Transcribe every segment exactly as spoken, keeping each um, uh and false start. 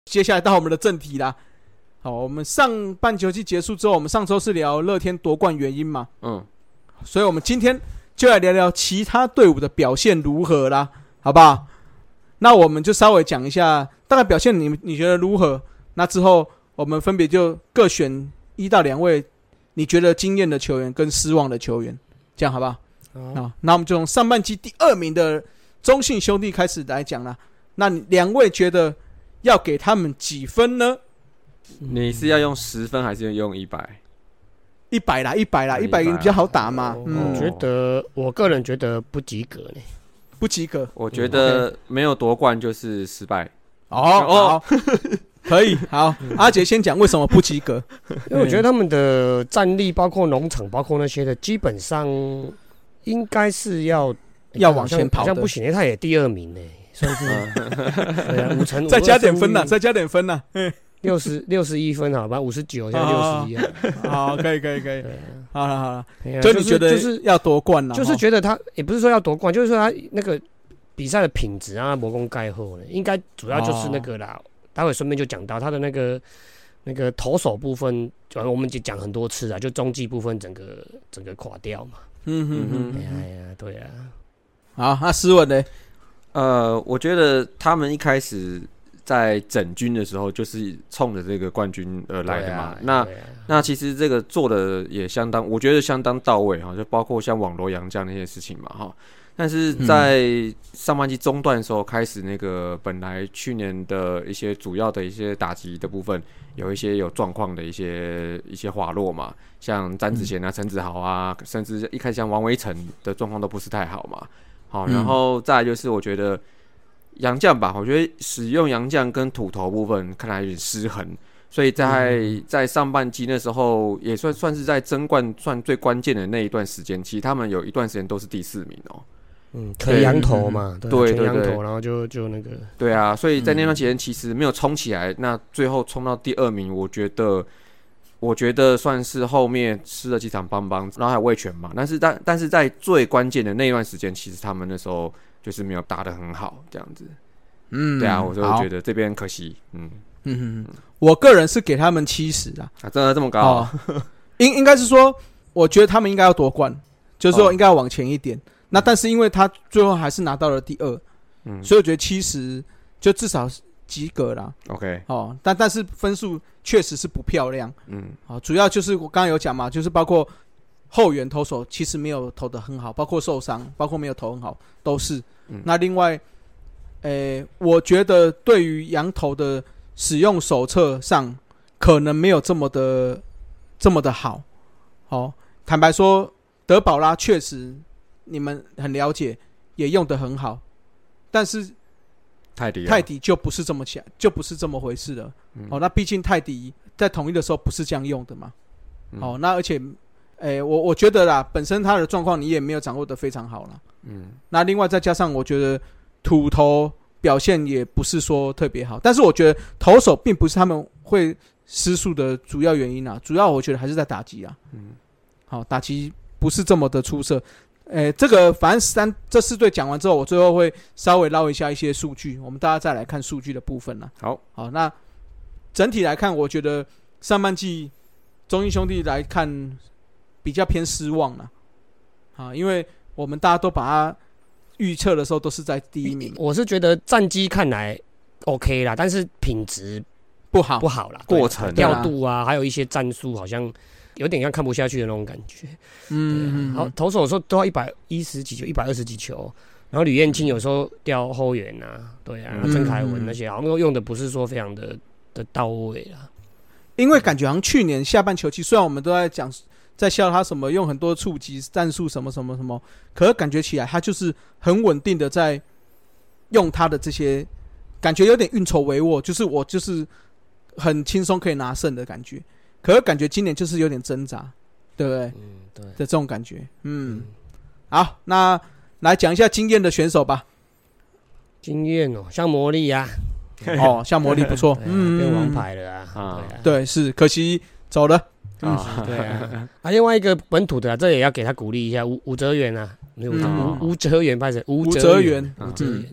接下来到我们的正题啦。好，我们上半球季结束之后，我们上周是聊乐天夺冠原因嘛，嗯，所以我们今天就来聊聊其他队伍的表现如何啦，好不好？那我们就稍微讲一下大概表现你你觉得如何？那之后我们分别就各选一到两位你觉得惊艳的球员跟失望的球员，这样好不好？好，那我们就从上半季第二名的中信兄弟开始来讲啦。那两位觉得要给他们几分呢？ 你是要用十分还是用一百？ 一百啦，一百啦，一百比较好打嘛。 嗯，我觉得我个人觉得不及格呢， 不及格。 我觉得没有夺冠就是失败。 哦哦，可以，好，阿杰先讲为什么不及格。 因为我觉得他们的战力，包括农场，包括那些的，基本上应该是要要往前跑的， 好像不行，因为他也第二名呢，算是对啊，五成再加点分呐，再加点分呐。 六十六十一分好吧，五十九现在六十一， 好，可以可以可以，好了好了，就你觉得就是要夺冠了， 就是觉得他也不是说要夺冠，就是说他那个比赛的品质啊，魔功盖后呢，应该主要就是那个啦。待会顺便就讲到他的那个那个投手部分，我们就讲很多次啊，就中继部分整个整个垮掉嘛。嗯哼哼，哎呀，对啊。 好，那斯文呢？ 呃，我觉得他们一开始在整军的时候，就是冲着这个冠军而来的嘛。啊、那、啊、那其实这个做的也相当，我觉得相当到位哈，就包括像网罗洋将那些事情嘛哈。但是在上半季中段的时候，开始那个本来去年的一些主要的一些打击的部分，有一些有状况的一些一些滑落嘛，像詹子贤啊、陈子豪啊，甚至一开始像王维成的状况都不是太好嘛。好，然后再来就是我觉得洋将吧，我觉得使用洋将跟土投部分看来有点失衡，所以在在上半季那时候也算算是在争冠算最关键的那一段时间，其实他们有一段时间都是第四名哦。 嗯，全羊头嘛， 对对对， 全羊头，然后就就那个， 对啊，所以在那段期间其实没有冲起来，那最后冲到第二名，我觉得，我觉得算是后面吃了几场邦邦，然后还有味全嘛，但是但但是在最关键的那一段时间，其实他们那时候就是没有打得很好，这样子，嗯，对啊，我就觉得这边可惜，嗯嗯，我个人是给他们七十啊， 啊，真的这么高、啊？ 哦、应应该是说，我觉得他们应该要夺冠，就是说应该要往前一点。哦，那但是因为他最后还是拿到了第二，嗯，所以我觉得七十就至少及格啦。 OK， 哦，但但是分数确实是不漂亮，嗯，好、哦，主要就是我刚刚有讲嘛，就是包括后援投手其实没有投得很好，包括受伤，包括没有投很好，都是。嗯、那另外，诶，我觉得对于洋投的使用手册上可能没有这么的这么的好。好、哦，坦白说，德保拉确实。你们很了解，也用得很好，但是泰迪泰迪就不是这么想，就不是这么回事了。嗯、哦，那毕竟泰迪在统一的时候不是这样用的嘛。嗯、哦，那而且，诶，我我觉得啦，本身他的状况你也没有掌握得非常好啦。嗯，那另外再加上我觉得土投表现也不是说特别好，但是我觉得投手并不是他们会失速的主要原因啊，主要我觉得还是在打击啊。嗯，好、哦，打击不是这么的出色。诶，这个反正三这四队讲完之后，我最后会稍微捞一下一些数据，我们大家再来看数据的部分啦。 好， 好，那整体来看，我觉得上半季中英兄弟来看比较偏失望啦。啊，因为我们大家都把它预测的时候都是在第一名。 我是觉得战绩看来 OK 啦，但是品质不好， 不好啦， 过程调度啊，还有一些战术好像。有点像看不下去的那种感觉，嗯，好，投手有时候都要一百一十几球、一百二十几球，然后吕彦青有时候调后援啊，对啊，郑凯文那些好像用的不是说非常的的到位啊。 因为感觉好像去年下半球季，虽然我们都在讲在笑他什么用很多触及战术什么什么什么，可是感觉起来他就是很稳定的在用他的这些，感觉有点运筹帷幄，就是我就是很轻松可以拿胜的感觉。可是感觉今年就是有点挣扎，对不对？嗯，对的这种感觉。嗯，嗯好，那来讲一下经验的选手吧。 经验哦，像魔力啊， 哦，像魔力不错， 嗯，变王牌了啊。 啊对, 啊对，是可惜走了。 嗯，对啊。啊，另外一个本土的、啊，这也要给他鼓励一下，吴吴哲源啊，没有吴吴哲源拍成吴哲源，吴哲源。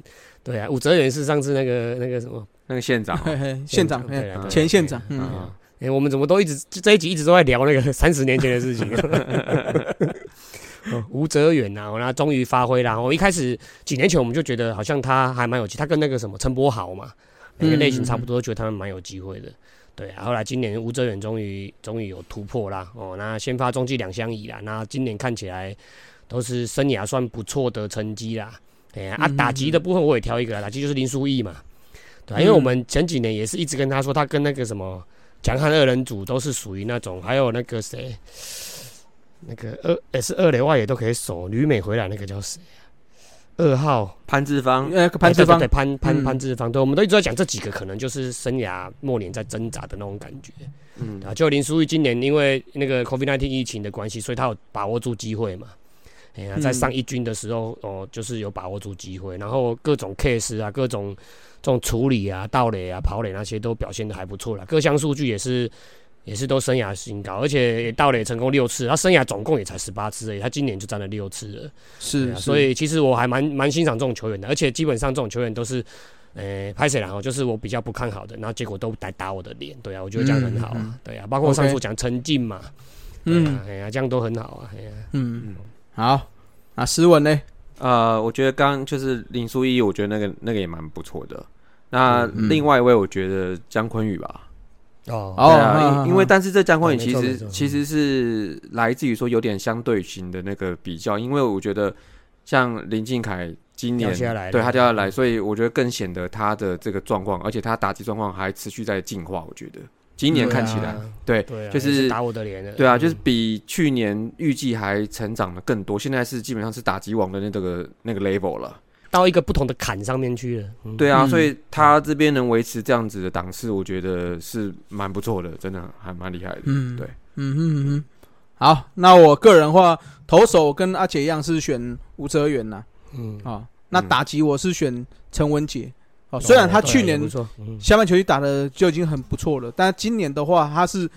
对啊，武哲元是上次那个那个什么那个县长、 哦，县长， 对啊， 前县长，嗯。 嗯哎、欸，我们怎么都一直这一集一直都在聊那个三十年前的事情？吴哲远呐，那终于发挥啦。我一开始几年前我们就觉得好像他还蛮有机，他跟那个什么陈柏豪嘛，那个类型差不多，觉得他们蛮有机会的。对啊，后来今年吴哲远终于终于有突破啦。哦，那先发中继两相宜啦。那今年看起来都是生涯算不错的成绩啦。哎呀、啊，打击的部分我也挑一个啦，打击就是林书义嘛。对、啊，因为我们前几年也是一直跟他说，他跟那个什么。强悍二人组都是属于那种，还有那个谁，那个二也是二垒外野都可以守，旅美回来那个叫谁、啊？二号潘志芳， 呃，潘志芳， 对潘潘潘志芳，对，我们都一直在讲这几个可能就是生涯末年在挣扎的那种感觉。嗯，啊，就林书义今年因为那个 COVID 十九 疫情的关系，所以他有把握住机会嘛。哎呀，在上一军的时候，哦，就是有把握住机会，然后各种 case 啊，各种这种处理啊、盗垒啊、跑垒那些都表现得还不错啦，各项数据也是也是都生涯新高，而且也盗垒成功六次，他生涯总共也才十八次而已，他今年就占了六次了。 是， 啊、所以其实我还蛮蛮欣赏这种球员的，而且基本上这种球员都是，呃，拍谁啦哦，就是我比较不看好的，然后结果都来打我的脸，对啊，我觉得这样很好啊，嗯、对啊，包括上次讲陈进嘛，嗯，哎呀、啊，这样都很好啊，哎呀、啊， 嗯嗯，好。啊，诗文呢？ 呃，我觉得刚就是林书义，我觉得那个那个也蛮不错的。那另外一位，我觉得姜昆宇吧。 哦， 对啊，因因为但是这姜昆宇其实其实是来自于说有点相对型的那个比较，因为我觉得像林靖凯今年对他掉下来，所以我觉得更显得他的这个状况，而且他打击状况还持续在进化。我觉得今年看起来，对， 对啊、 就是打我的脸了。 对啊，就是比去年预计还成长的更多。现在是基本上是打击王的那个那个 level 了， 到一个不同的坎上面去了。嗯、 对啊，所以他这边能维持这样子的档次，我觉得是蛮不错的，真的还蛮厉害的。嗯，对， 嗯哼嗯哼。好，那我个人的话，投手跟阿杰一样是选吴哲源呐。嗯啊、哦，那打击我是选陈文杰。哦，虽然他去年下半球季打的就已经很不错了，但今年的话，他是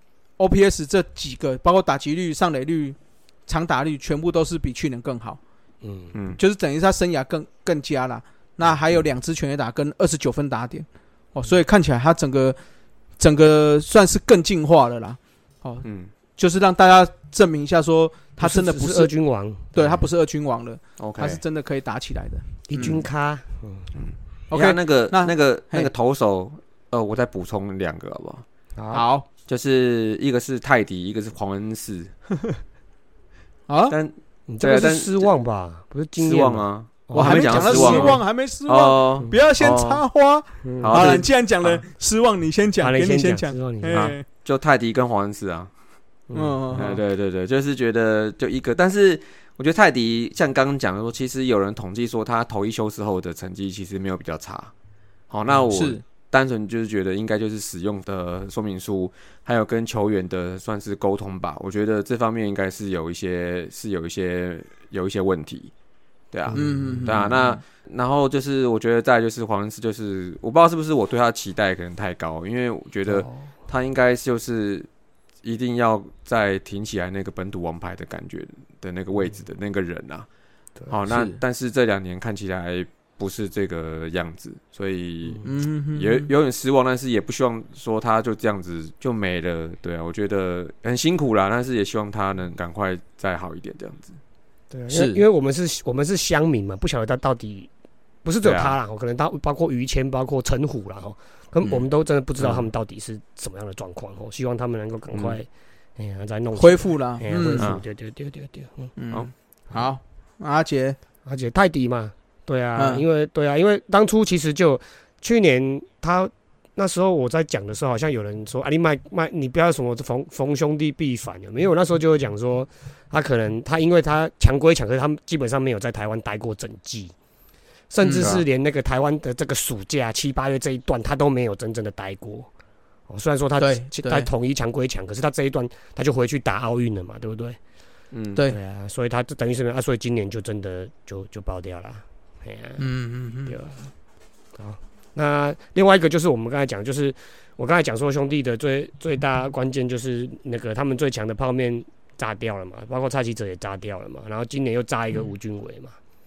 O P S 这几个，包括打击率、上垒率、长打率，全部都是比去年更好。嗯嗯，就是等于他生涯更更佳啦。那还有两支全垒打跟二十九分打点，哦，所以看起来他整个整个算是更进化了啦。哦，嗯，就是让大家证明一下说他真的不是, 是, 是二军王， 对他不是二军王了， okay. 他是真的可以打起来的， 一军咖。嗯嗯。OK， 那个那个那个投手，呃，我再补充两个好不好？ 好， 就是一个是泰迪，一个是黄恩赐。 啊， 但你这个是失望吧？不是惊失望啊！ 我还没讲到失望，还没失望，不要先插花。好了，你既然讲了失望，你先讲，给你先讲。 就泰迪跟黄恩赐啊。嗯，对对对，就是觉得就一个，但是。我觉得泰迪像刚刚讲的说，其实有人统计说他投一休斯后的成绩其实没有比较差。好，那我单纯就是觉得应该就是使用的说明书，还有跟球员的算是沟通吧。我觉得这方面应该是有一些是有一些有一些问题。对啊，嗯，对啊。那然后就是我觉得再来就是黄恩赐，就是我不知道是不是我对他的期待可能太高，因为我觉得他应该就是一定要再挺起来那个本土王牌的感觉的那个位置的那个人啊，好，那但是这两年看起来不是这个样子，所以也有点失望，但是也不希望说他就这样子就没了。对啊，我觉得很辛苦啦，但是也希望他能赶快再好一点这样子。 对啊，是因为我们是我们是乡民嘛，不晓得他到底不是只有他啦，啊、可能他包括于谦、包括陈虎啦，可我們都真的不知道他們到底是什麼樣的狀況，嗯、希望他們能夠趕快，哎呀、嗯，再弄恢復啦， 哎呀，恢復，對對對對對， 嗯，好，好，阿杰， 阿杰泰迪嘛，對啊，嗯、因為對啊，因為當初其實就去年他那時候我在講的時候，好像有人說啊，你賣賣，你不要什麼逢逢兄弟必反，有沒有？我那時候就會講說，他可能他因為他強歸強，可是他基本上沒有在台灣待過整季。甚至是連那個台灣的這個暑假七八月這一段，他都沒有真正的待過。哦，雖然說他他統一強歸強，可是他這一段他就回去打奧運了嘛，對不對？嗯，對對啊，所以他就等於是啊，所以今年就真的就就爆掉了。哎呀、啊，嗯嗯嗯，對啊。好，那另外一個就是我們剛才講，就是我剛才講說兄弟的最最大關鍵就是那個他們最強的泡麵炸掉了嘛，包括蔡奇哲也炸掉了嘛，然後今年又炸一個吳俊偉嘛。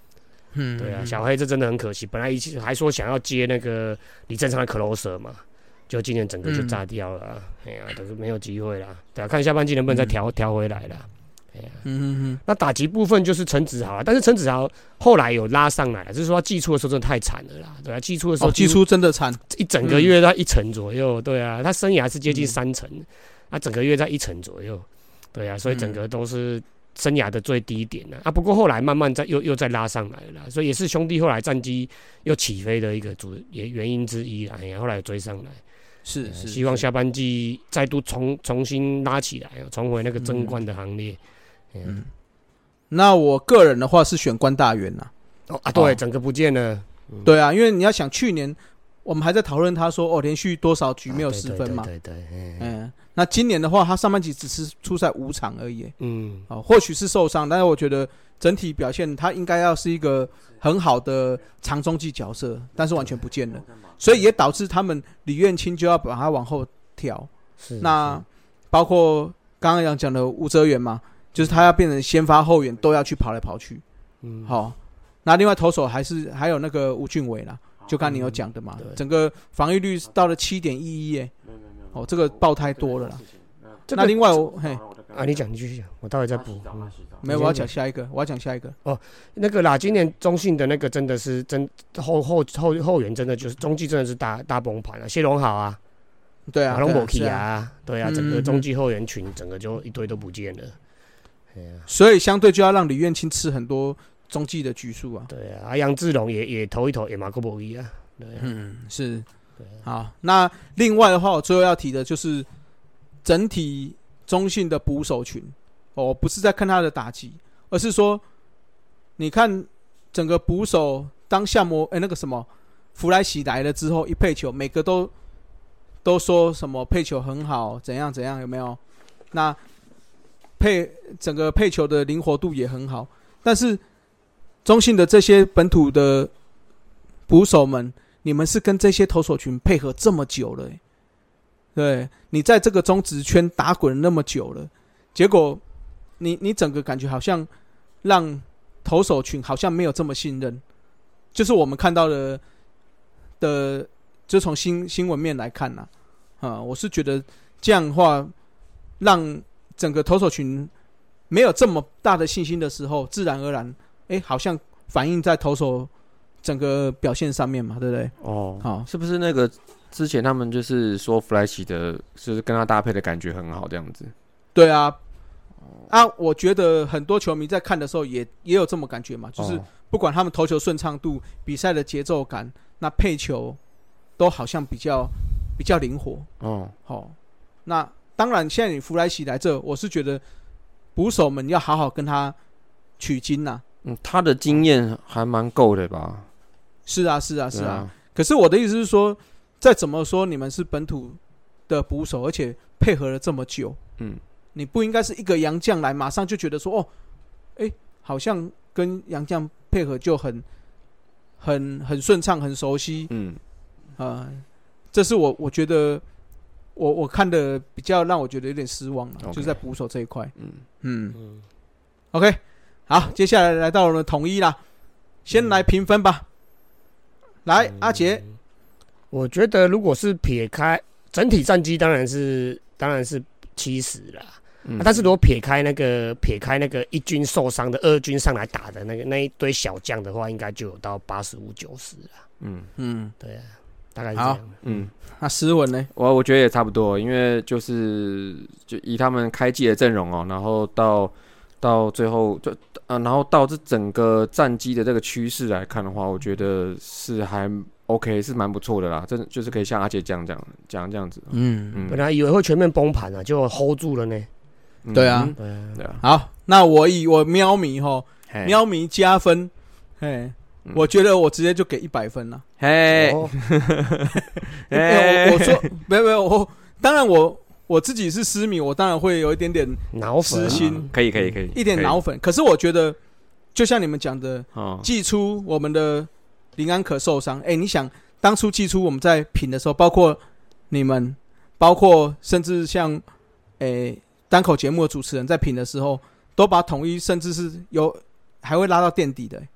嗯，对啊，小黑这真的很可惜，本来一起还说想要接那个李正昌的 closer 嘛，就今年整个就炸掉了、啊，哎、嗯、呀，都是没有机会啦。对啊，看下半季能不能再调调、嗯、回来啦。哎呀，嗯嗯嗯。那打击部分就是陈子豪啦，但是陈子豪后来有拉上来，就是说他季初的时候真的太惨了啦，对啊，季初的时候季初、哦、真的惨， 一整个月在一成左右，对啊，他生涯是接近三成，他、嗯、整个月在一成左右，对啊，所以整个都是生涯的最低点了啊。不过后来慢慢再又又再拉上来了啦，所以也是兄弟后来战绩又起飞的一个主也原因之一啦。哎呀，后来追上来。 是是， 希望下半季再度重重新拉起来，重回那个争冠的行列。嗯，嗯那我个人的话是选关大元啦。 哦啊，对，哦、整个不见了、 嗯。对啊，因为你要想去年我们还在讨论他说哦，连续多少局没有失分嘛。 啊、对对 对, 对嗯, 嗯，那今年的话，他上半季只是出赛五场而已。嗯，哦，或许是受伤，但是我觉得整体表现他应该要是一个很好的长中继角色，但是完全不见了。所以也导致他们李苑清就要把他往后调。是，那包括刚刚讲的吴哲源嘛，就是他要变成先发后援都要去跑来跑去。嗯，好、哦，那另外投手还是还有那个吴俊伟啦，就刚刚你有讲的嘛、嗯，整个防御率到了 七点一一 耶，哦，这个爆太多了啦。这个、那另外我嘿啊，你讲你继续讲，我待会再补。嗯、 没有，我要讲下一个，我要讲下一个。 哦，那个啦，今年中信的那个真的是真后后后后援真的就是中继真的是大大崩盘了，谢龙好啊， 对啊， 马龙博基啊，对啊，整个中继后援群整个就一堆都不见了。 嗯啊、所以相对就要让李苑清吃很多中继的局数啊。 对啊，杨志龙也也投一投也马可博伊啊。对啊， 嗯，是。对啊、好，那另外的话，我最后要提的就是整体中信的捕手群。哦，不是在看他的打击，而是说，你看整个捕手当夏摩哎那个什么弗莱西来了之后，一配球，每个都都说什么配球很好，怎样怎样，有没有？那配整个配球的灵活度也很好，但是中信的这些本土的捕手们，你们是跟这些投手群配合这么久了、欸，对，你在这个中职圈打滚了那么久了，结果。你你整个感觉好像让投手群好像没有这么信任，就是我们看到的的，就从新新闻面来看呐、啊，啊、嗯，我是觉得这样的话，让整个投手群没有这么大的信心的时候，自然而然，哎、欸，好像反映在投手整个表现上面嘛，对不对？ 哦，好，是不是那个之前他们就是说弗莱奇的，就是跟他搭配的感觉很好这样子？ 对啊。啊，我觉得很多球迷在看的时候也也有这么感觉嘛，就是不管他们投球顺畅度、比赛的节奏感，那配球都好像比较比较灵活。哦，好、哦，那当然，现在你弗莱西来这，我是觉得捕手们要好好跟他取经呐、啊。 嗯，他的经验还蛮够的吧？ 是啊，是啊，是啊。啊可是我的意思是说，再怎么说，你们是本土的捕手，而且配合了这么久，嗯。你不应该是一个洋将来，马上就觉得说，哦，哎，好像跟洋将配合就很、很、很顺畅、很熟悉。嗯，啊、呃，这是我我觉得我我看的比较让我觉得有点失望了， okay. 就是在捕手这一块。嗯嗯嗯 ，OK， 好，接下来来到了统一啦，先来评分吧。来，嗯、阿杰， 我觉得如果是撇开整体战绩，当然是当然是七十啦。嗯啊、但是如果撇开那个撇开那个一军受伤的二军上来打的那个那一堆小将的话，应该就有到八十五九十啦。嗯嗯，对啊，大概是这样。 嗯，那诗文呢？ 我我觉得也差不多，因为就是就以他们开季的阵容哦，然后到到最后就啊，然后到这整个战绩的这个趋势来看的话，我觉得是还 OK， 是蛮不错的啦。真的就是可以像阿杰讲讲讲这样子。嗯嗯，本来以为会全面崩盘啊，就 hold 住了呢。 对啊， 对啊， 对啊。 好，那我以我喵迷吼，喵迷加分，嘿，嗯、我觉得我直接就给一百分了。嘿，哦、我我说没有没有，我当然我我自己是狮迷，我当然会有一点点脑粉私心， 可以可以可以， 一点脑粉。可是我觉得，就像你们讲的，哦、季初我们的林安可受伤，哎、欸，你想当初季初我们在评的时候，包括你们，包括甚至像哎。欸单口节目的主持人在评的时候，都把统一甚至是有还会拉到垫底的、欸，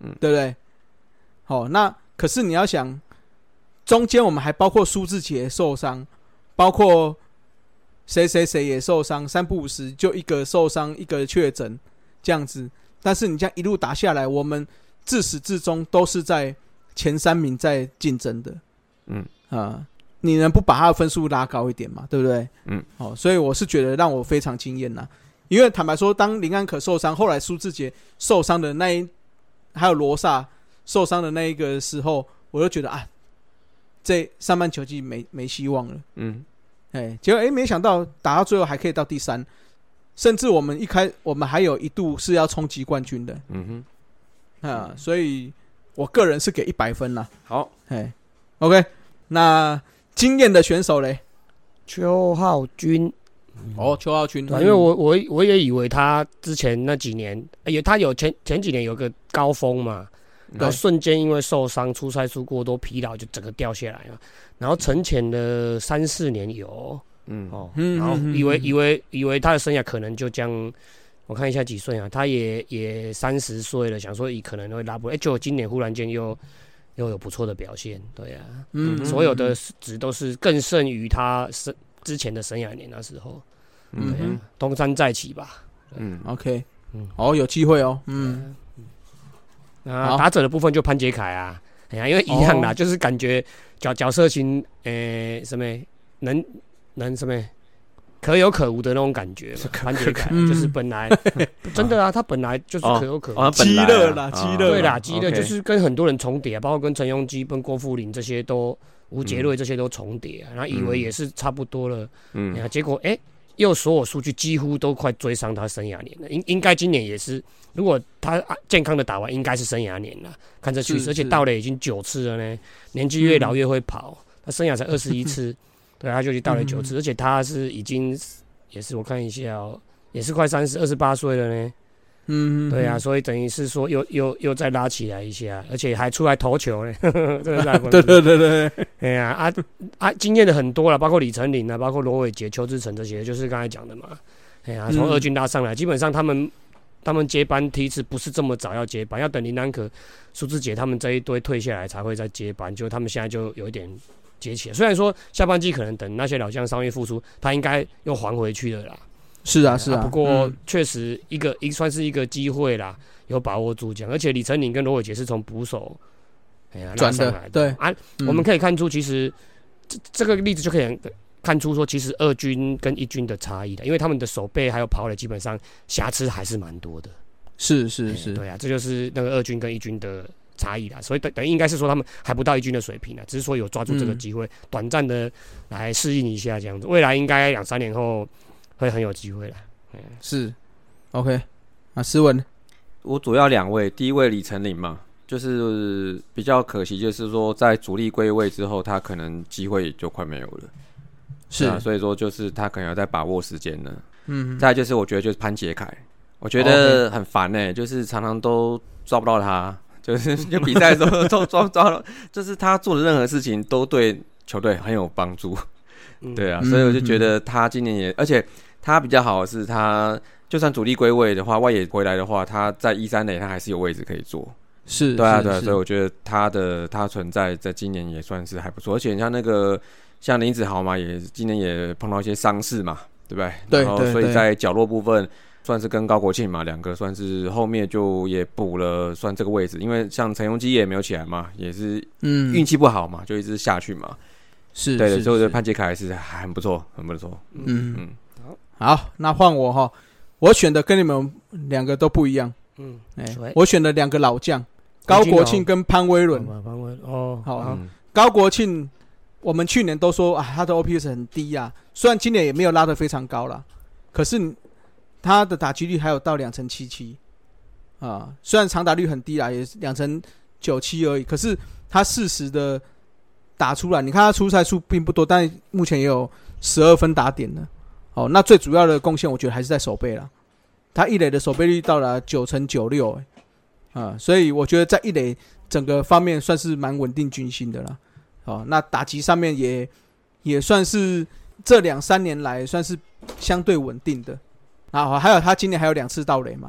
嗯， 对不对？好、哦，那可是你要想，中间我们还包括苏志杰受伤，包括谁谁谁也受伤，三不五时就一个受伤，一个确诊这样子。但是你这样一路打下来，我们自始至终都是在前三名在竞争的。 嗯啊、呃，你能不把他的分数拉高一点嘛？对不对？ 嗯， 哦，所以我是觉得让我非常惊艳呐。因为坦白说，当林安可受伤，后来苏志杰受伤的那一，还有罗萨受伤的那一个时候，我就觉得啊，这上半球季没没希望了。 嗯， 哎，结果哎，没想到打到最后还可以到第三，甚至我们一开我们还有一度是要冲击冠军的。 嗯哼，啊，所以我个人是给一百分啦。 好， 哎 ，OK， 那经验的选手嘞， 邱浩军。 哦，邱浩军， 对，因为我我我也以为他之前那几年，也他有前前几年有个高峰嘛，然后瞬间因为受伤、出赛数过多、疲劳，就整个掉下来了。然后沉潜了三四年有，嗯哦，然后以为以为以为他的生涯可能就这样，我看一下几岁啊，他也也三十岁了，想说以可能会拉不，哎，结果今年忽然间又又有不错的表现，对啊，嗯，所有的值都是更胜于他生之前的生涯年那时候。嗯、啊，东山再起吧。 嗯 ，OK， 嗯，哦，有机会哦。嗯， 那打者的部分就潘杰凯啊，哎呀，因为一样啦，哦、就是感觉角角色型，诶、欸，什么能能什么可有可无的那种感觉。潘杰凯就是本来、嗯、真的啊，他本来就是可有可无， 激乐啦，激乐， 对啦，激乐就是跟很多人重叠啊，包括跟陈庸基、跟郭富林这些都吴杰瑞这些都重叠啊，然后以为也是差不多了，嗯，结果哎。欸又所有数据几乎都快追上他生涯年了，应应该今年也是，如果他健康的打完，应该是生涯年了。看这趋势，而且到了已经九次了呢，年纪越老越会跑，嗯、他生涯才二十一次，对，他就已经到了九次，嗯、而且他是已经也是我看一下、喔，也是快三十二十八岁了呢。嗯，对啊，所以等于是说又又又再拉起来一下，而且还出来投球呢，这个是对对对对， 哎呀啊啊，经验的很多了，包括李成林啊，包括罗伟杰、邱志成这些，就是刚才讲的嘛。哎呀，从二军拉上来，嗯、基本上他们他们接班梯次不是这么早要接班，要等林南可、苏志杰他们这一堆退下来才会再接班，就他们现在就有一点接起来。虽然说下半季可能等那些老将伤愈复出，他应该又还回去了啦。 是啊，是啊， 不过确实一个一算是一个机会啦，有把握住这样。而且李成林跟罗伟杰是从捕手哎呀转上来的， 对啊，嗯、我们可以看出，其实这这个例子就可以看出说，其实二军跟一军的差异的，因为他们的手背还有跑垒基本上瑕疵还是蛮多的。 是是是， 对啊，这就是那个二军跟一军的差异啦。所以等等于应该是说他们还不到一军的水平啦，只是说有抓住这个机会，嗯、短暂的来适应一下这样子。未来应该两三年后。会很有机会啦， 是 ，OK， 啊，诗文， 我主要两位，第一位李成林嘛，就是比较可惜，就是说在主力归位之后，他可能機會就快没有了， 是啊，所以说就是他可能要再把握時間了。嗯，再來就是我覺得就是潘杰凱，我覺得很煩哎、欸，就是常常都抓不到他，就是就比賽的時候都抓抓到，就是他做的任何事情都對球隊很有幫助。对啊，所以我就覺得他今年也，而且他比較好的是，他就算主力歸位的話，外野回來的話，他在一三壘他還是有位置可以做。 是， 对啊，對啊，所以我覺得他的他存在在今年也算是還不錯。而且像那個像林子豪嘛，也今年也碰到一些傷勢嘛，對不對？ 對， 然後所以在角落部分算是跟高國慶嘛，兩個算是後面就也補了算這個位置，因為像陳鏞基也沒有起來嘛，也是運氣不好嘛，就一直下去嘛。 是， 对的，所以我覺得潘杰凱是很不錯，很不錯。嗯嗯， 好，那換我哈，我選的跟你們兩個都不一樣。嗯，欸、我選了兩個老將，高國慶跟潘威倫。 潘威哦， 好，嗯、高國慶，我們去年都說啊，他的 O P S 很低啊，雖然今年也沒有拉得非常高啦，可是他的打擊率還有到兩成七七啊，雖然長打率很低啦，也兩成九七而已，可是他適時的。打出來，你看他出賽數並不多，但目前也有十二分打點了。哦，那最主要的貢獻，我覺得還是在守備啦。他一壘的守備率到了九成九六，啊，所以我覺得在一壘整個方面算是蠻穩定軍心的啦。哦，那打擊上面也也算是這兩三年來算是相對穩定的。啊，還有他今年還有兩次盜壘嘛，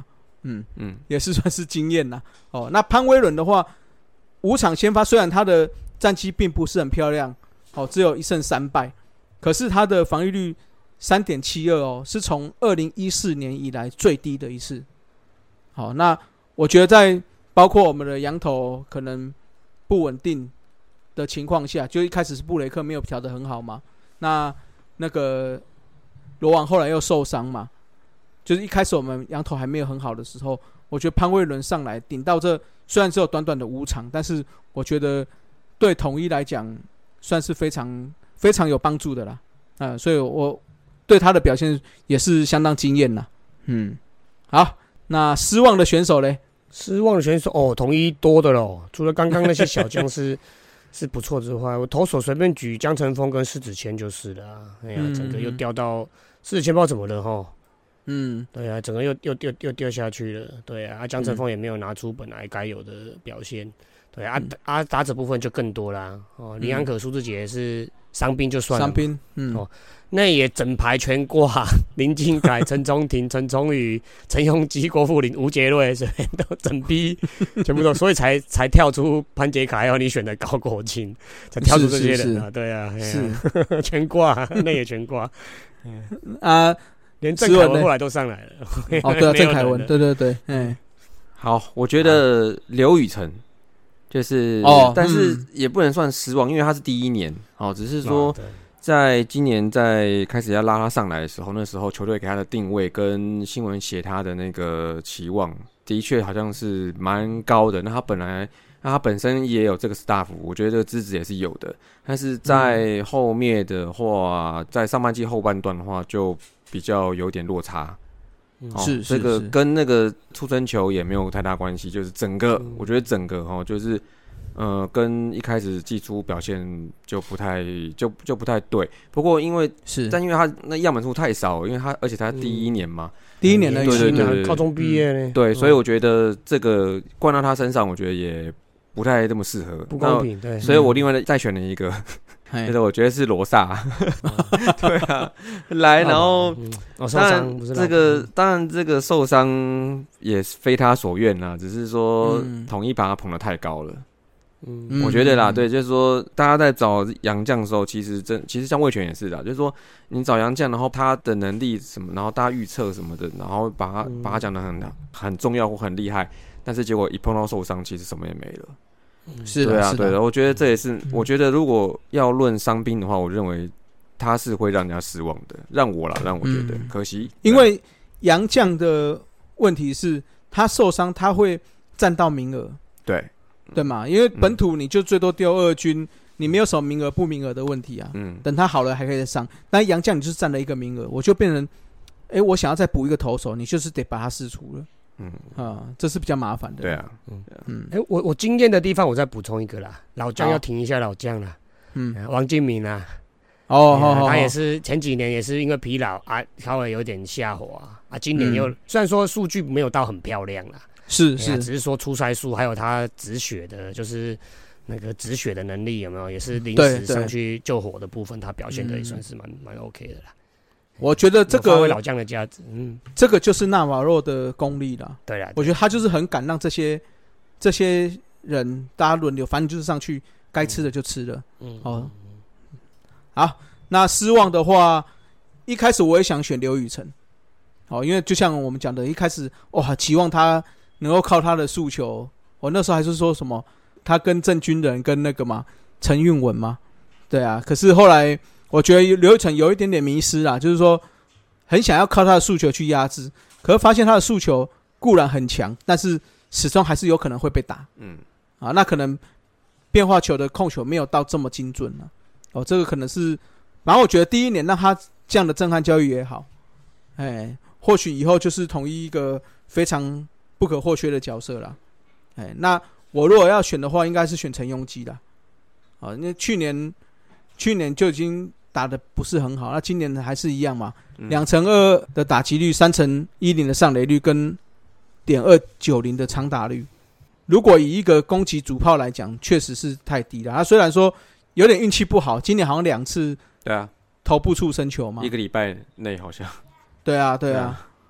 嗯嗯，也是算是经验啦。哦，那潘威伦的话，五场先发，虽然他的战绩并不是很漂亮，哦，只有一胜三败，可是他的防御率 三点七二 哦，是从二零一四年以来最低的一次。好，那我觉得在包括我们的洋投可能不稳定的情况下，就一开始是布雷克没有调得很好嘛，那那个罗网后来又受伤嘛，就是一开始我们洋投还没有很好的时候，我觉得潘威伦上来顶到这，虽然只有短短的五场，但是我觉得对统一来讲算是非常非常有帮助的啦。啊、呃，所以我对他的表现也是相当惊艳啦。嗯，好，那失望的选手嘞？ 失望的选手哦，统一多的咯，除了刚刚那些小将是是不错之外，我投手随便举江晨峰跟施子谦就是了、啊。哎呀，整个又掉到施子谦不知道怎么了哈。嗯，对啊，整个又又又又掉下去了。对啊，江晨峰也没有拿出本来该有的表现。对啊，嗯、啊打者部分就更多啦。哦，林安可、苏志杰也是伤兵就算了， 伤兵，嗯，哦， 那也整排全挂，林敬凯、陈宗廷、陈崇宇、陈鏞基、郭富林、吴杰瑞，这边都整批全部都，所以才才跳出潘杰凯，还有你选的高国庆，才跳出这些人啊，对啊，是全挂，那也全挂，啊，连郑凯文后来都上来了， 哦，对啊，郑凯文，对对对，嗯， 好，我觉得刘宇辰。就是，哦、但是也不能算失望，因为他是第一年，哦，只是说，在今年在开始要拉他上来的时候，那时候球队给他的定位跟新闻写他的那个期望，的确好像是蛮高的。那他本来，那他本身也有这个 staff， 我觉得这个资质也是有的。但是在后面的话，嗯、在上半季后半段的话，就比较有点落差。 哦、是这个跟那个出生球也没有太大关系，就是整个，嗯、我觉得整个哦，就是呃，跟一开始季初表现就不太就就不太对。不过因为是， 但因为他那样本数太少，因为他而且他第一年嘛， 嗯、第一年的对对对，高中毕业呢， 嗯，对，所以我觉得这个灌到他身上，我觉得也不太这么适合， 不公平，对， 所以我另外再选了一个。就是我觉得是罗萨，对啊，来，然后、嗯哦、当然这个当然这个受伤也非他所愿啦，只是说统一把他捧得太高了，嗯，我觉得啦，对，就是说大家在找洋将的时候，其实真其实像魏权也是啦，就是说你找洋将，然后他的能力什么，然后大家预测什么的，然后把他、嗯、把他讲得很很重要或很厉害，但是结果一碰到受伤，其实什么也没了。 是对啊， 是对的，我觉得这也是，嗯、我觉得如果要论伤兵的话，我认为他是会让人家失望的，让我啦，让我觉得、嗯、可惜， 因为洋将的问题是他受伤，他会占到名额， 对对嘛？因为本土你就最多丢二军，嗯、你没有什么名额不名额的问题啊，嗯，等他好了还可以再上，但洋将你就是占了一个名额，我就变成，哎，我想要再补一个投手，你就是得把他释出了。嗯啊，这是比较麻烦的。 对啊， 嗯嗯，哎、欸，我我经验的地方，我再补充一个啦，老将要停一下老将啦，嗯，王敬敏啊， 哦，好、嗯， 他也是前几年也是因为疲劳啊，稍微有点下滑啊，今年又、嗯、虽然说数据没有到很漂亮啦， 是是、 欸，只是说出赛数还有他止血的，就是那个止血的能力有没有，也是临时上去救火的部分，他表现的也算是蛮蛮 OK 的啦。 我觉得这个老将的价值，嗯， 这个就是纳瓦洛的功力啦。 对啦， 我觉得他就是很敢让这些这些人大家轮流，反正就是上去该吃的就吃了。嗯，哦，好，那失望的话，一开始我也想选刘宇辰，好，因为就像我们讲的，一开始哇，期望他能够靠他的诉求，我那时候还是说什么他跟郑军人跟那个嘛陈韵文嘛，对啊，可是后来。我觉得刘宇辰有一点点迷失啦，就是说很想要靠他的诉求去压制，可是发现他的诉求固然很强，但是始终还是有可能会被打。嗯，啊，那可能变化球的控球没有到这么精准了。哦，这个可能是，然后我觉得第一年让他这样的震撼教育也好，哎，或许以后就是统一一个非常不可或缺的角色啦。哎，那我如果要选的话，应该是选陈鏞基啦。啊，因为去年去年就已经。打的不是很好，那今年还是一样嘛，两成二的打击率，三成一零的上垒率，跟点二九零的长打率。如果以一个攻击主炮来讲，确实是太低了。他虽然说有点运气不好，今年好像两次，对啊，头部触身球嘛， 一个礼拜内好像。 对啊，对啊，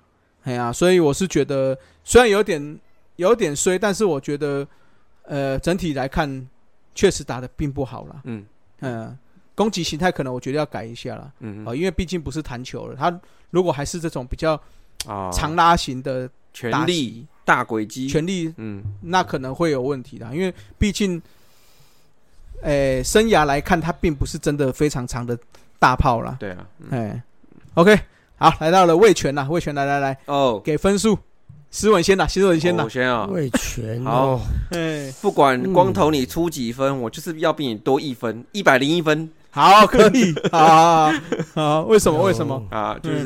哎呀、啊，所以我是觉得虽然有点有点衰，但是我觉得呃整体来看确实打得并不好啦。嗯嗯、呃，攻击形态可能我觉得要改一下啦。嗯、呃、因为毕竟不是弹球了，他如果还是这种比较长拉型的全力大轨迹， 全力，嗯，那可能会有问题啦，因为毕竟。诶、欸，生涯来看，他并不是真的非常长的大炮啦。 对啊， 哎、嗯欸、，OK， 好，来到了魏权啦，魏权来来来， 哦， 给分数，诗文先啦，诗文先啦， 我先啊， 魏权， 好， 哎， 不管光头你出几分，嗯、我就是要比你多一分，一百零一分， 好，可以，好好好，好，为什么？为什么？ 啊，就是、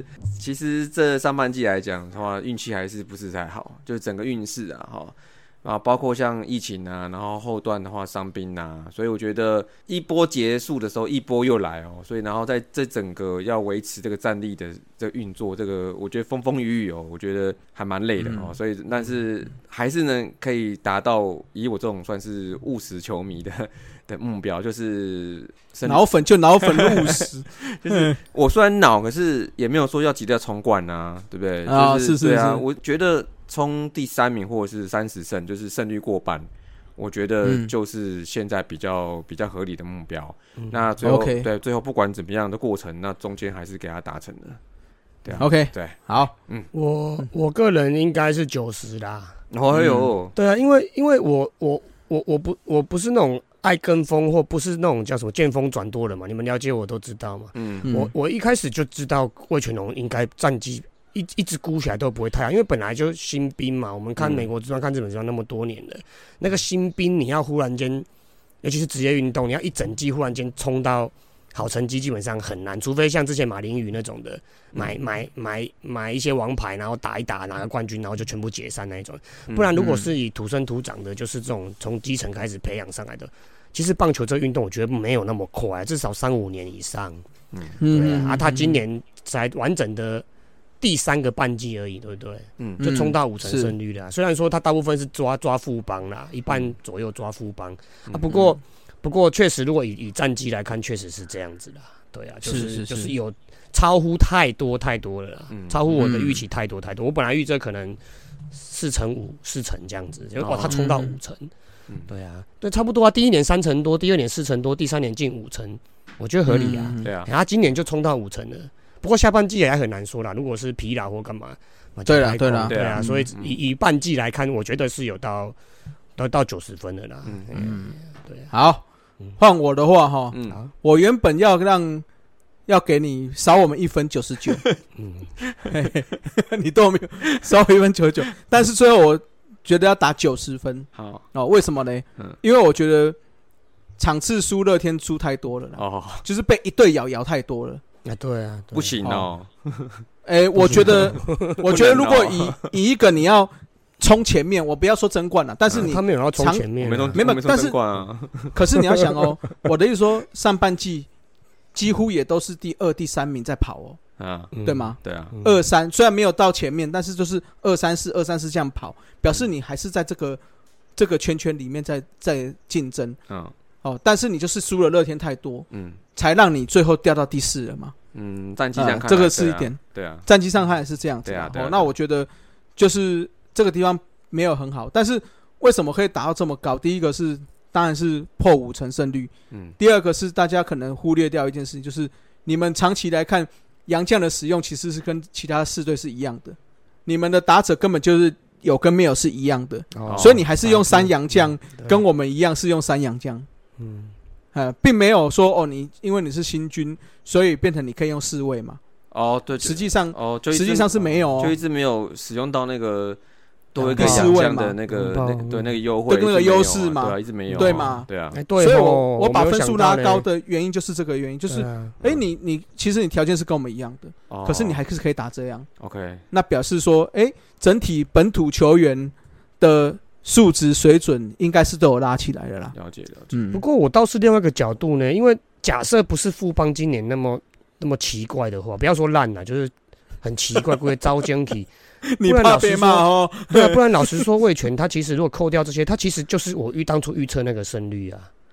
嗯、其实这上半季来讲的话，运气还是不是太好，就是整个运势啊，哈。啊，包括像疫情啊，然后后段的话伤兵啊，所以我觉得一波结束的时候，一波又来哦，所以然后在这整个要维持这个战力的这个运作，这个我觉得风风雨雨哦，我觉得还蛮累的哦，嗯、所以但是还是呢可以达到以我这种算是务实球迷的的目标，就是脑粉就脑粉务实， 就是我虽然脑，可是也没有说要急着冲冠啊，对不对？ 啊， 就是是是对啊，我觉得。冲第三名或者是三十胜，就是胜率过半，我觉得就是现在比较、嗯、比较合理的目标。嗯、那最后、okay. 对最后不管怎么样的过程，那中间还是给他达成的。对啊 ，OK， 对， 好， 嗯，我我个人应该是九十啦。 哦呦、嗯， 对啊，因为因为我我我我不我不是那种爱跟风，或不是那种叫什么见风转舵的嘛，你们了解我都知道嘛。嗯，我我一开始就知道魏全龙应该战绩。一一直估起来都不会太好，因为本来就新兵嘛。我们看美国职棒、看日本职棒那么多年了，那个新兵你要忽然间，尤其是职业运动，你要一整季忽然间冲到好成绩，基本上很难。除非像之前马林鱼那种的，买买买买一些王牌，然后打一打拿个冠军，然后就全部解散那一种。不然如果是以土生土长的，就是这种从基层开始培养上来的，其实棒球这个运动我觉得没有那么快，至少三五年以上。嗯，对啊，啊他今年才完整的。第三个半季而已，对不对？嗯，就冲到五成胜率了、啊。虽然说他大部分是抓抓富邦啦，一半左右抓富邦、嗯、啊。不过，不过确实，如果以以战绩来看，确实是这样子啦。对啊，就是是, 是, 是就是有超乎太多太多了啦，嗯、超乎我的预期太多太多。我本来预测可能四成五、四成这样子，结果他冲到五成。嗯，对啊，对，差不多啊。第一年三成多，第二年四成多，第三年近五成，我觉得合理啊。 嗯、对啊， 他今年就冲到五成了。不过下半季也还很难说啦，如果是疲劳或干嘛， 对啦对啦对啊，所以以以半季来看，我觉得是有到到到九十分的啦。嗯嗯，对。 好，换我的话哈，嗯，我原本要让要给你少我们一分九十九，嗯，你都没有少我一分九十九，但是最后我觉得要打九十分。好哦，为什么呢？嗯，因为我觉得场次输乐天输太多了啦，哦，就是被一队咬咬太多了。 啊，对啊， 不行哦。 哎、欸，我觉得，我觉得如果以以一个你要冲前面，我不要说争冠了，但是你、 啊、他没有要冲前面、啊， 没有，但是可是你要想哦，我的意思说，上半季几乎也都是第二、第三名在跑哦，啊，对吗？ 对啊， 二三虽然没有到前面，但是就是二三四、二三四这样跑，表示你还是在这个这个圈圈里面在在竞争，嗯。哦，但是你就是输了乐天太多，嗯，才让你最后掉到第四了嘛。 嗯，战绩上看、 呃，这个是一点， 对啊， 战绩上看也是这样子。 对啊，对啊。 哦，那我觉得就是这个地方没有很好，但是为什么可以达到这么高？第一个是当然是破五成胜率，嗯，第二个是大家可能忽略掉一件事情，就是你们长期来看洋将的使用其实是跟其他四队是一样的，你们的打者根本就是有跟没有是一样的，哦、所以你还是用三洋将，跟我们一样是用三洋将。嗯，呃，并没有说哦，你因为你是新军，所以变成你可以用四位嘛？ 哦，对， 实际上哦， 实际上是没有、哦， 就一直没有使用到那个多一个洋将的那个那对那个优惠， 对那个优势嘛， 对啊，一直没有， 对嘛？ 对啊， 所以我我把分数拉高的原因就是这个原因，就是哎、欸，你你其实你条件是跟我们一样的，哦、可是你还是可以打这样 ，OK， 那表示说，哎、欸，整体本土球员的数值水准应该是都有拉起来了啦。 了解了解。 嗯，不过我倒是另外一个角度呢，因为假设不是富邦今年那么那么奇怪的话，不要说烂了，就是很奇怪，不会招奸体。 你怕被骂哦？ 对啊，不然老实说，味全他其实如果扣掉这些，他其实就是我预当初预测那个胜率啊。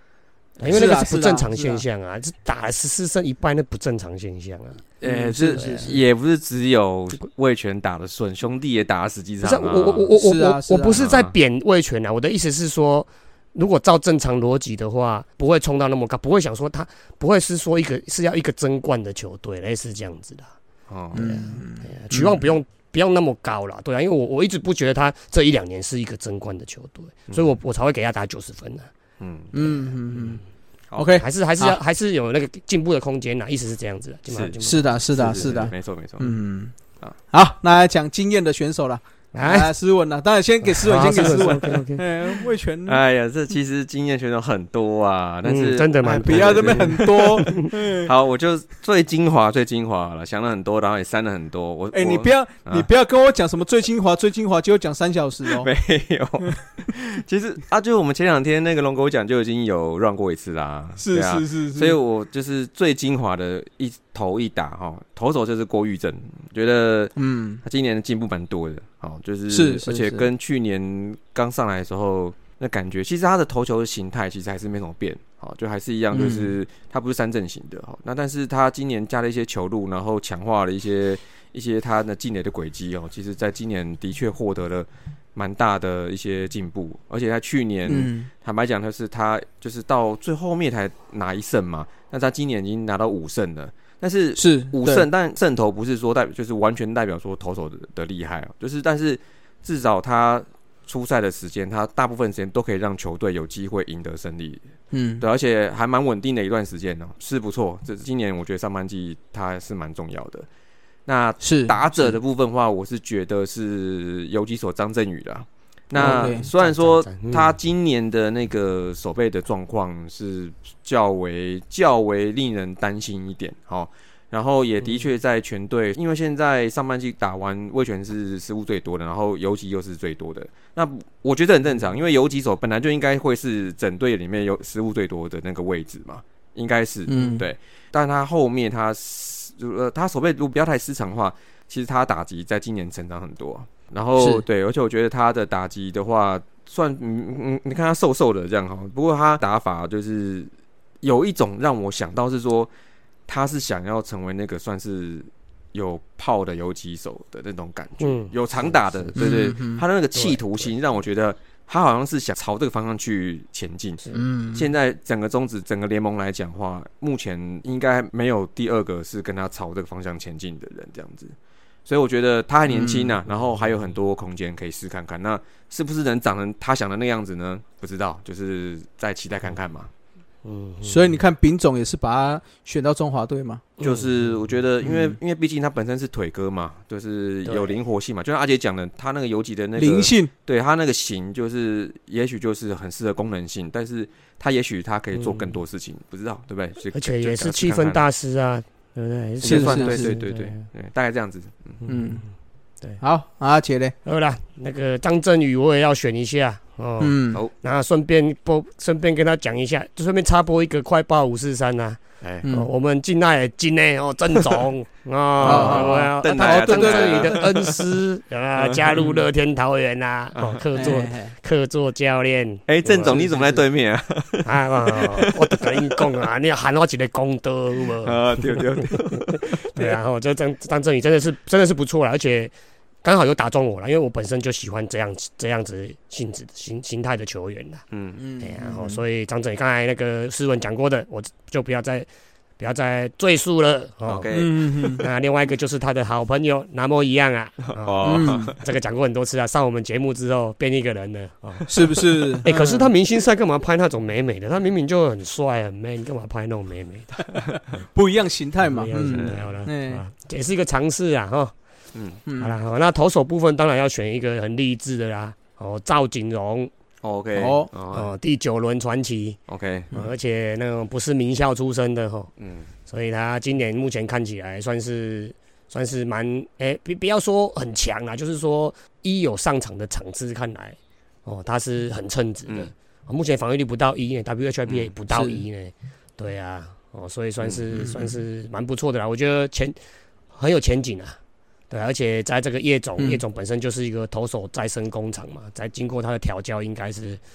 因为那个是不正常现象啊，这打了十四胜一败，那不正常现象啊。 呃，是也不是只有味全打得顺，兄弟也打了十几场。 不是我我我我我我不是在贬味全啊，我的意思是说，如果照正常逻辑的话，不会冲到那么高，不会想说他不会是说一个是要一个争冠的球队，类似这样子的。哦，对啊，期望不用不用那么高啦，对啊，因为我我一直不觉得他这一两年是一个争冠的球队，所以我我才会给他打九十分呢。嗯嗯嗯嗯。OK， 还是还是要还是有那个进步的空间呐，意思是这样子的。 是是的，是的，是的， 没错没错。 嗯，好，那来讲经验的选手了。来，斯文了，当然先给斯文，先给斯文。嗯，味全。 哎呀，这其实经验选手很多啊，但是真的蛮不要这边很多。 好，我就最精华最精华了，想了很多，然后也删了很多。我哎，你不要你不要跟我讲什么最精华最精华，结果讲三小时哦。 没有，其实啊，就我们前两天那个龙狗奖就已经有 run 过一次啦。 是是是， 所以我就是最精华的一投一打哈，投手就是郭玉正，觉得嗯，他今年的进步蛮多的。好，就是，是是而且跟去年刚上来的时候那感觉，其实他的投球的形态其实还是没什么变，好，就还是一样，就是他不是三振型的，好，那但是他今年加了一些球路，然后强化了一些一些他的进垒的轨迹哦，其实在今年的确获得了蛮大的一些进步，而且他去年、嗯、坦白讲，就是他就是到最后面才拿一胜嘛，但他今年已经拿到五胜了。但是是五胜，但胜投不是说代表就是完全代表说投手 的, 的厉害、哦、就是但是至少他出赛的时间，他大部分时间都可以让球队有机会赢得胜利，嗯，对，而且还蛮稳定的一段时间呢、哦，是不错。这今年我觉得上半季他是蛮重要的。那是打者的部分的话，我是觉得是游击手张振宇啦。那虽然说他今年的那个手背的状况是较为较为令人担心一点，好，然后也的确在全队，因为现在上半季打完味全是失误最多的，然后游击又是最多的，那我觉得很正常，因为游击手本来就应该会是整队里面有失误最多的那个位置嘛，应该是，嗯，对，但他后面他呃他手背如果不要太失常的话，其实他打击在今年成长很多。然后对，而且我觉得他的打击的话，算嗯嗯，你看他瘦瘦的这样哈，不过他打法就是有一种让我想到是说，他是想要成为那个算是有炮的游击手的那种感觉，嗯、有长打的，对对，嗯、他的那个企图心让我觉得他好像是想朝这个方向去前进。嗯，现在整个中职整个联盟来讲的话，目前应该没有第二个是跟他朝这个方向前进的人这样子。所以我觉得他还年轻啊、嗯，然后还有很多空间可以试看看。那是不是能长成他想的那样子呢？不知道，就是再期待看看嘛。 嗯，所以你看丙总也是把他选到中华队嘛。 就是我觉得，因为、嗯、因为毕竟他本身是腿哥嘛，就是有灵活性嘛。就像阿杰讲的，他那个游击的那个灵性， 对他那个型，就是也许就是很适合功能性，但是他也许他可以做更多事情，嗯、不知道对不对？ 而且也是气氛大师啊。对不对？ 是是是，对对对对，大概这样子。 嗯，对。好，阿杰嘞， 好啦，那个张振宇我也要选一下哦。嗯，好，那顺便播，顺便跟他讲一下，就顺便插播一个快报五四三呐。哎、嗯哦，我们敬爱的金内哦，郑总哦，他是郑振宇的恩师啊，加入乐天桃园呐，哦，客座客座教练。 哎、欸，郑总你怎么在对面啊？ 啊，我都跟你讲啊，你要喊我一个功德有无？ 啊，对对对， 对啊，哦，这张张振宇真的是真的是不错啦，而且刚好有打中我了，因为我本身就喜欢这样这样子性质形形态的球员啦。嗯嗯，然后、啊、所以张振宇刚才那个诗文讲过的，我就不要再不要再赘述了。哦、OK， 嗯那另外一个就是他的好朋友南摩一样啊。哦，嗯、这个讲过很多次啊，上我们节目之后变一个人了，哦、 是不是？ 哎、欸，可是他明星赛干嘛拍那种美美的？他明明就很帅很 man， 干嘛拍那种美美的？ 不一样形态嘛。 不一样形态，好了，嗯、啊，也是一个尝试啊，哈。嗯嗯，好啦，好，那投手部分当然要选一个很励志的啦，哦，赵景荣 ，OK， 哦哦，第九轮传奇 ，OK，、 嗯、而且那种不是名校出身的哈，嗯，所以他今年目前看起来算是算是蛮，哎、欸，不不要说很强啦，就是说一有上场的场次看来，哦，他是很称职的，嗯哦、目前防御率不到一呢 ，W H I P 也不到一呢，对啊，哦，所以算是、嗯、算是蛮不错的啦，我觉得前很有前景啊。对，而且在这个叶总，叶、嗯、总本身就是一个投手再生工厂嘛，在经过他的调教，应该是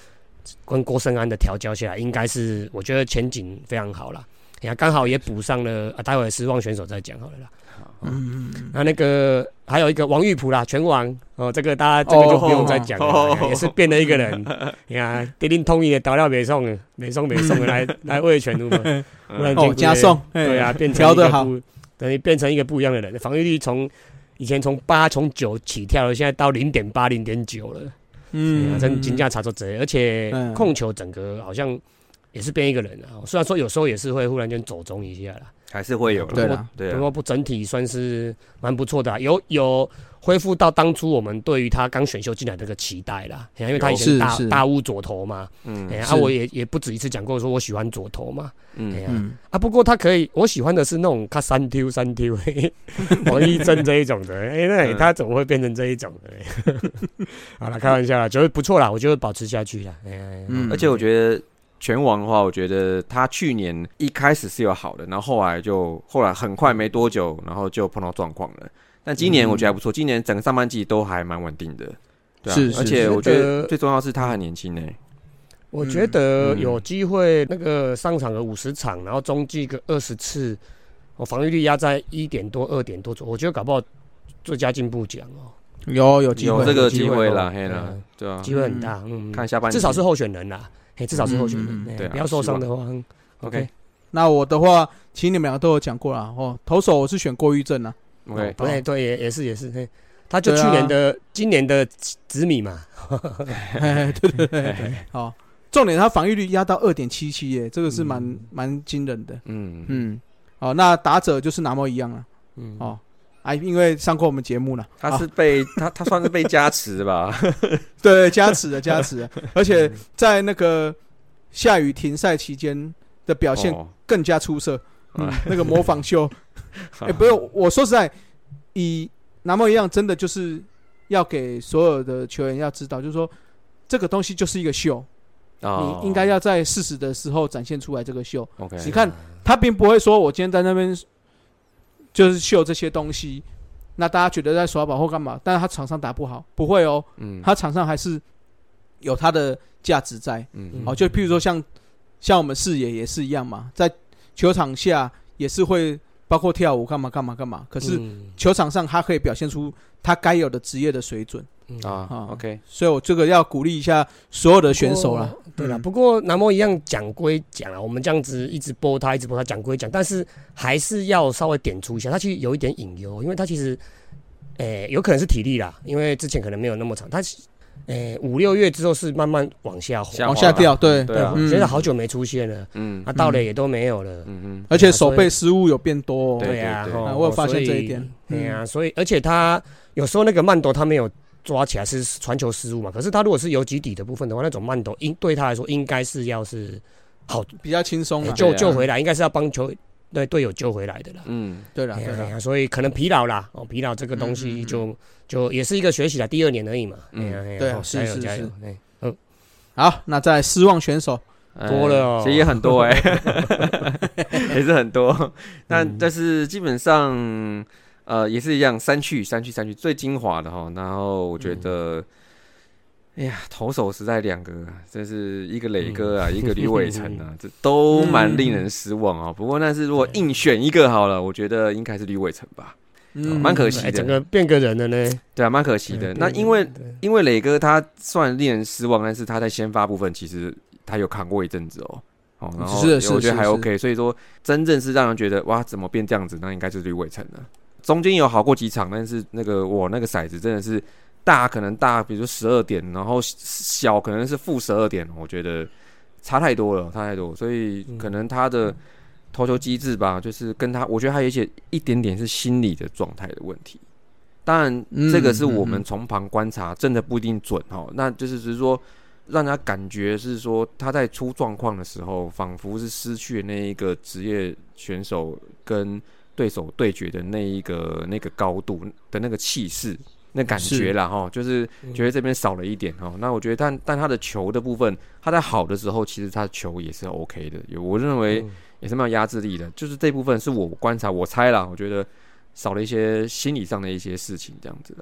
跟郭胜安的调教下来，应该是我觉得前景非常好啦。你看刚好也补上了啊，待会失望选手再讲好了啦。嗯，那那个还有一个王玉璞啦，拳王哦，这个大家这个就不用再讲了，哦、也是变了一个人。你看，叮叮通义的导料没送的，没送没送的来来卫权路嘛，忽然间加送， 对啊，变成一个不等于变成一个不一样的人，防御率从以前从八从九起跳了，现在到零点八零点九了，嗯，真金价差错贼，而且控球整个好像也是变一个人啊，虽然说有时候也是会忽然间走中一下啦。 还是会有对啦， 对， 不过不整体算是蛮不错的、啊，有有恢复到当初我们对于他刚选秀进来的这个期待啦，因为他以前大大屋左投嘛，嗯，啊，我也也不止一次讲过，说我喜欢左投嘛，嗯，嗯啊，不过他可以，我喜欢的是那种他三 Q 三 Q 王一正这一种的，哎、欸，那他怎么会变成这一种的？好了，开玩笑啦，觉得不错啦，我觉得保持下去啦，欸、 嗯，而且我觉得。拳王的话，我觉得他去年一开始是有好的，然后后来就后来很快没多久，然后就碰到状况了。但今年我觉得还不错，今年整个上半季都还蛮稳定的，对啊， 是是而且我觉得最重要的是他很年轻呢、欸。 我觉得有机会那个上场个五十场，然后中继个二十次，我防御率压在一点多、二点多左右，我觉得搞不好最佳进步奖哦。 有有机会， 有这个机会啦，嘿啦，对啊， 机会很大，嗯， 看下半季至少是候选人啦。嘿，至少是候选人，嗯嗯对、啊， 不要受伤的话 ，OK。 那我的话，其实你们两个都有讲过啦。哦，投手我是选郭玉正啊。 OK， 对对，也也是也是，嘿，他就去年的、啊、今年的子米嘛。 对对对对，好，重点他防御率压到二点七七耶，这个是蛮蛮、嗯、惊人的。嗯嗯，好，那打者就是拿莫一样了。嗯，哦。啊，因为上过我们节目了， 他是被、啊、他他算是被加持的吧？ 对，加持的加持的，而且在那个下雨停赛期间的表现更加出色。哦嗯、那个模仿秀，哎、欸，不是，我说实在，以拿莫一样，真的就是要给所有的球员要知道，就是说这个东西就是一个秀，哦、你应该要在适时的时候展现出来这个秀。 OK， 你看他并不会说我今天在那边。就是秀这些东西，那大家觉得在耍宝或干嘛？但是他场上打不好，不会哦。嗯，他场上还是有他的价值在。嗯，哦，就譬如说像像我们视野也是一样嘛，在球场下也是会包括跳舞干嘛干嘛干嘛。可是球场上他可以表现出他该有的职业的水准。 嗯、啊, 啊 ，OK， 所以我这个要鼓励一下所有的选手啦。 对啦，不过南摩一样讲归讲啊，我们这样子一直播他，一直播他讲归讲，但是还是要稍微点出一下，他其实有一点隐忧，因为他其实，诶、欸，有可能是体力啦，因为之前可能没有那么长，他，诶、欸，五六月之后是慢慢往下滑往下掉，对对，嗯、觉得好久没出现了，嗯，他盗垒也都没有了，嗯嗯，而且手背失误有变多、哦， 对啊， 我有发现这一点， 对啊，所以而且他有时候那个慢斗他没有。抓起来是传球失误嘛？可是他如果是游击底的部分的话，那种慢斗应对他来说应该是要是好比较轻松、欸， 救救回来，应该是要帮球对队友救回来的啦。 嗯，对了，对了， 所以可能疲劳啦，哦，疲劳这个东西就、嗯、就也是一个学习啦，第二年而已嘛。嗯， 嗯对，是是是， 嗯， 好，那再失望选手多了哦， 其实也很多哎、欸，也是很多，但、嗯、但是基本上。呃，也是一样，三去三去三去最精华的哈。然后我觉得，嗯、哎呀，投手实在两个，这是一个磊哥啊，嗯、一个吕伟成啊，这都蛮令人失望啊。不过，但是如果硬选一个好了，我觉得应该是吕伟成吧，嗯，蛮、呃、可惜的、欸， 整个变个人了呢。 对啊，蛮可惜的。那因为因为磊哥他算令人失望，但是他在先发部分其实他有扛过一阵子哦。哦，然后我觉得还 OK， 所以说真正是让人觉得哇，怎么变这样子？那应该就是吕伟成了。中间有好过几场，但是那个我那个骰子真的是大，可能大，比如说十二点，然后小可能是负十二点，我觉得差太多了，差太多，所以可能他的投球机制吧，就是跟他，我觉得他有一些一点点是心理的状态的问题。当然，这个是我们从旁观察，真的不一定准哈。那就是只是说，让他感觉是说他在出状况的时候，仿佛是失去了那一个职业选手跟对手对决的那一个那个高度的那个气势，那感觉啦哈，就是觉得这边少了一点哈。那我觉得但，但但他的球的部分，他在好的时候，其实他的球也是 OK 的，我认为也是蛮有压制力的。就是这部分是我观察，我猜啦，我觉得少了一些心理上的一些事情，这样子啦。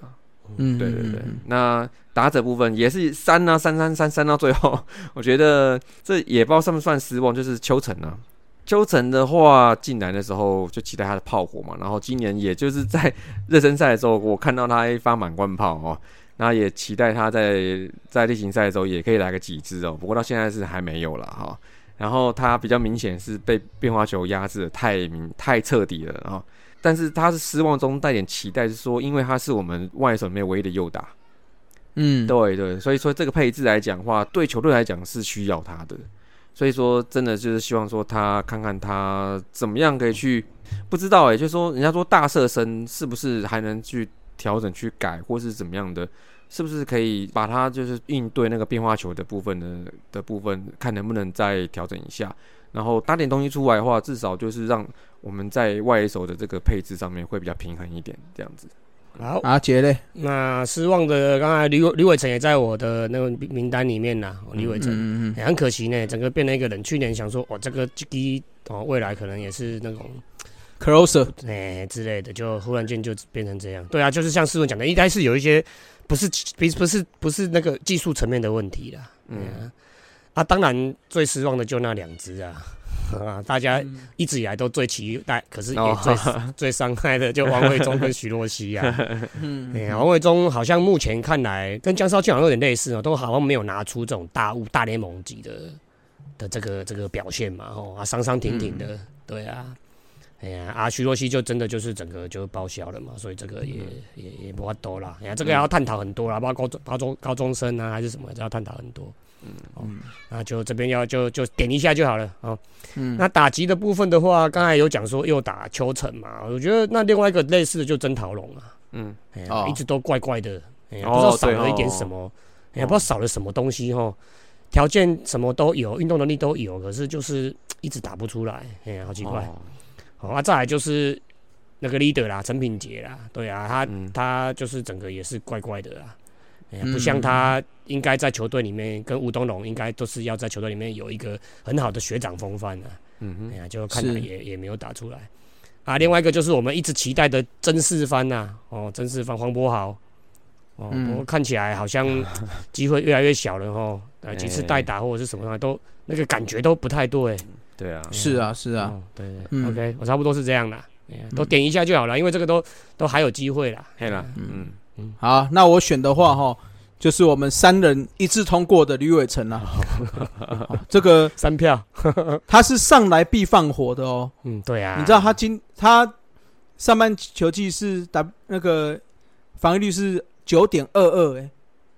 嗯，对对对。那打者部分也是三啊，三三三三到最后，我觉得这也不知道算不算失望，就是邱成啊。邱成的话进来的时候就期待他的炮火嘛，然后今年也就是在热身赛的时候，我看到他一发满贯炮哦，那也期待他在在例行赛的时候也可以来个几支哦，不过到现在是还没有了哈、哦。然后他比较明显是被变化球压制的太明太彻底了啊、哦，但是他是失望中带点期待，是说因为他是我们外野手里面唯一的右打，嗯，对对，所以说这个配置来讲的话，对球队来讲是需要他的。所以说，真的就是希望说他看看他怎么样可以去，不知道哎、欸，就是说人家说大射身是不是还能去调整、去改，或是怎么样的，是不是可以把他就是应对那个变化球的部分的的部分，看能不能再调整一下，然后打点东西出来的话，至少就是让我们在外野手的这个配置上面会比较平衡一点，这样子。 好， 阿杰嘞， 那失望的，刚才吕吕伟成也在我的那个名单里面啦。吕伟成、嗯嗯欸，很可惜呢，整个变了一个人。去年想说，哦，这个这个哦，未来可能也是那种 closer 哎、欸、之类的，就忽然间就变成这样。对啊，就是像诗文讲的，应该是有一些不是不是不是那个技术层面的问题啦。嗯啊，啊，当然最失望的就那两只啊。啊，大家一直以来都最期待，可是也最、哦、最伤害的就王维忠跟徐若曦啊。嗯，哎呀，王维忠好像目前看来跟江少庆好像有点类似哦，都好像没有拿出这种大物大联盟级的的这个这个表现嘛，哦啊，伤伤停停的，嗯、对啊，哎呀，啊徐若曦就真的就是整个就报销了嘛，所以这个也、嗯、也也没法多啦，哎呀，这个要探讨很多啦，包括高中高中高中生啊还是什么，这要探讨很多。嗯，哦，那就这边要就就点一下就好了哦。嗯，那打击的部分的话，刚才有讲说又打邱成嘛，我觉得那另外一个类似的就曾陶龙啊，嗯，哎呀、哦，一直都怪怪的，哎呀、哦，不知道少了一点什么，哎呀、哦，不知道少了什么东西哈，条件什么都有，运动能力都有，可是就是一直打不出来，哎呀，好奇怪。哦，好、啊，再来就是那个 leader 啦，陈品杰啦，对啊，他、嗯、他就是整个也是怪怪的啦。不像他应该在球队里面跟吴东龙应该都是要在球队里面有一个很好的学长风范啊，嗯哼，哎呀，就看来也也没有打出来啊。另外一个就是我们一直期待的曾世藩呐，哦，曾世藩黄柏豪，哦，嗯、不过看起来好像机会越来越小了哈，呃，几次代打或者是什么都那个感觉都不太对。 对啊， 是啊，是啊， 哦、对对、嗯、，OK， 我差不多是这样啦，都点一下就好了，因为这个都都还有机会啦， 嘿啦，嗯。 嗯嗯、好，那我选的话哈，就是我们三人一致通过的吕伟成啊，哦、这个三票， 他是上来必放火的哦。 嗯，对啊， 你知道他今他上半球季是打那个防御率是九点二二哎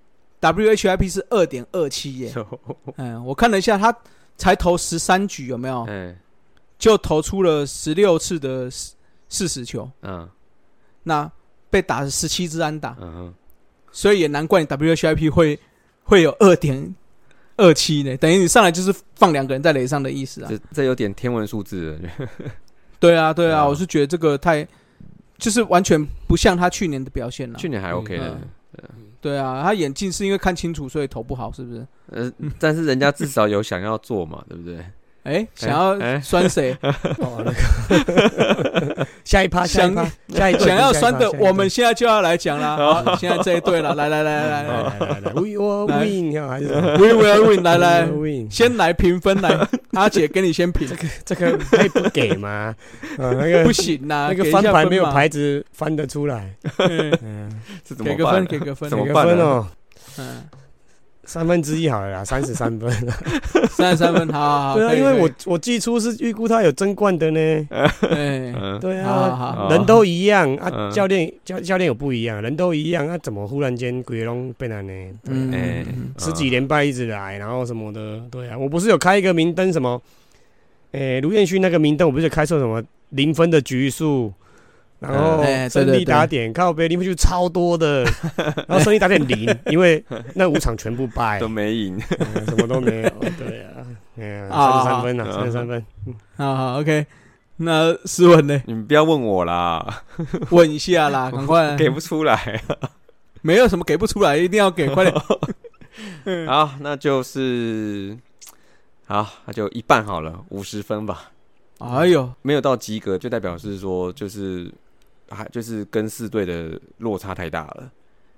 ，W H I P 是二点二七耶。嗯，我看了一下，他才投十三局有没有？嗯，就投出了十六次的四十球。嗯，那。被打了十七支安打，嗯，所以也难怪你 W H I P 会会有二点二七呢，等于你上来就是放两个人在垒上的意思啊。 这这有点天文数字了。 对啊，对啊，嗯、我是觉得这个太就是完全不像他去年的表现了。 去年还 OK 的、 嗯，对啊，他眼镜是因为看清楚所以投不好，是不是？ 呃，但是人家至少有想要做嘛，对不对？ 哎、欸，想要酸谁？欸、 哦，那个下一趴，下一趴，下一趴， 想要酸的，我们现在就要来讲啦。好，现在这一队了，来来来来来来来 ，We will win， 还是 We will win？ 来来，先来评分来，阿姐给你先评。 这个这个可以不给吗？啊，那个不行呐， 那个翻牌没有牌子翻得出来。 嗯，给个分，给个分， 给个分哦。嗯。三分之一好了啦，三十三分， 三十三分，好好好。 对啊，因为我我季初是预估他有争冠的呢。嗯，对啊，好好人都一样啊，嗯、教练教教练有不一样，人都一样啊，怎么忽然间鬼龙变了呢？对、啊，嗯嗯、十几连败一直来，然后什么的，对啊，我不是有开一个明灯什么？诶，卢彦勋那个明灯，我不是有开错什么零分的局数？然后胜利打点靠北零分就超多的，然后胜利打点零，因为那五场全部败都没赢、 嗯，什么都没有。对啊，三十三分啊，三十三分。 好好 ，OK。那诗文呢？ 你们不要问我啦， 问一下啦，赶快。 给不出来， 没有什么给不出来，一定要给，快点。 好，那就是好，那就一半好了，五十分吧。 哎呦， 没有到及格，就代表是说就是。还就是跟四队的落差太大了，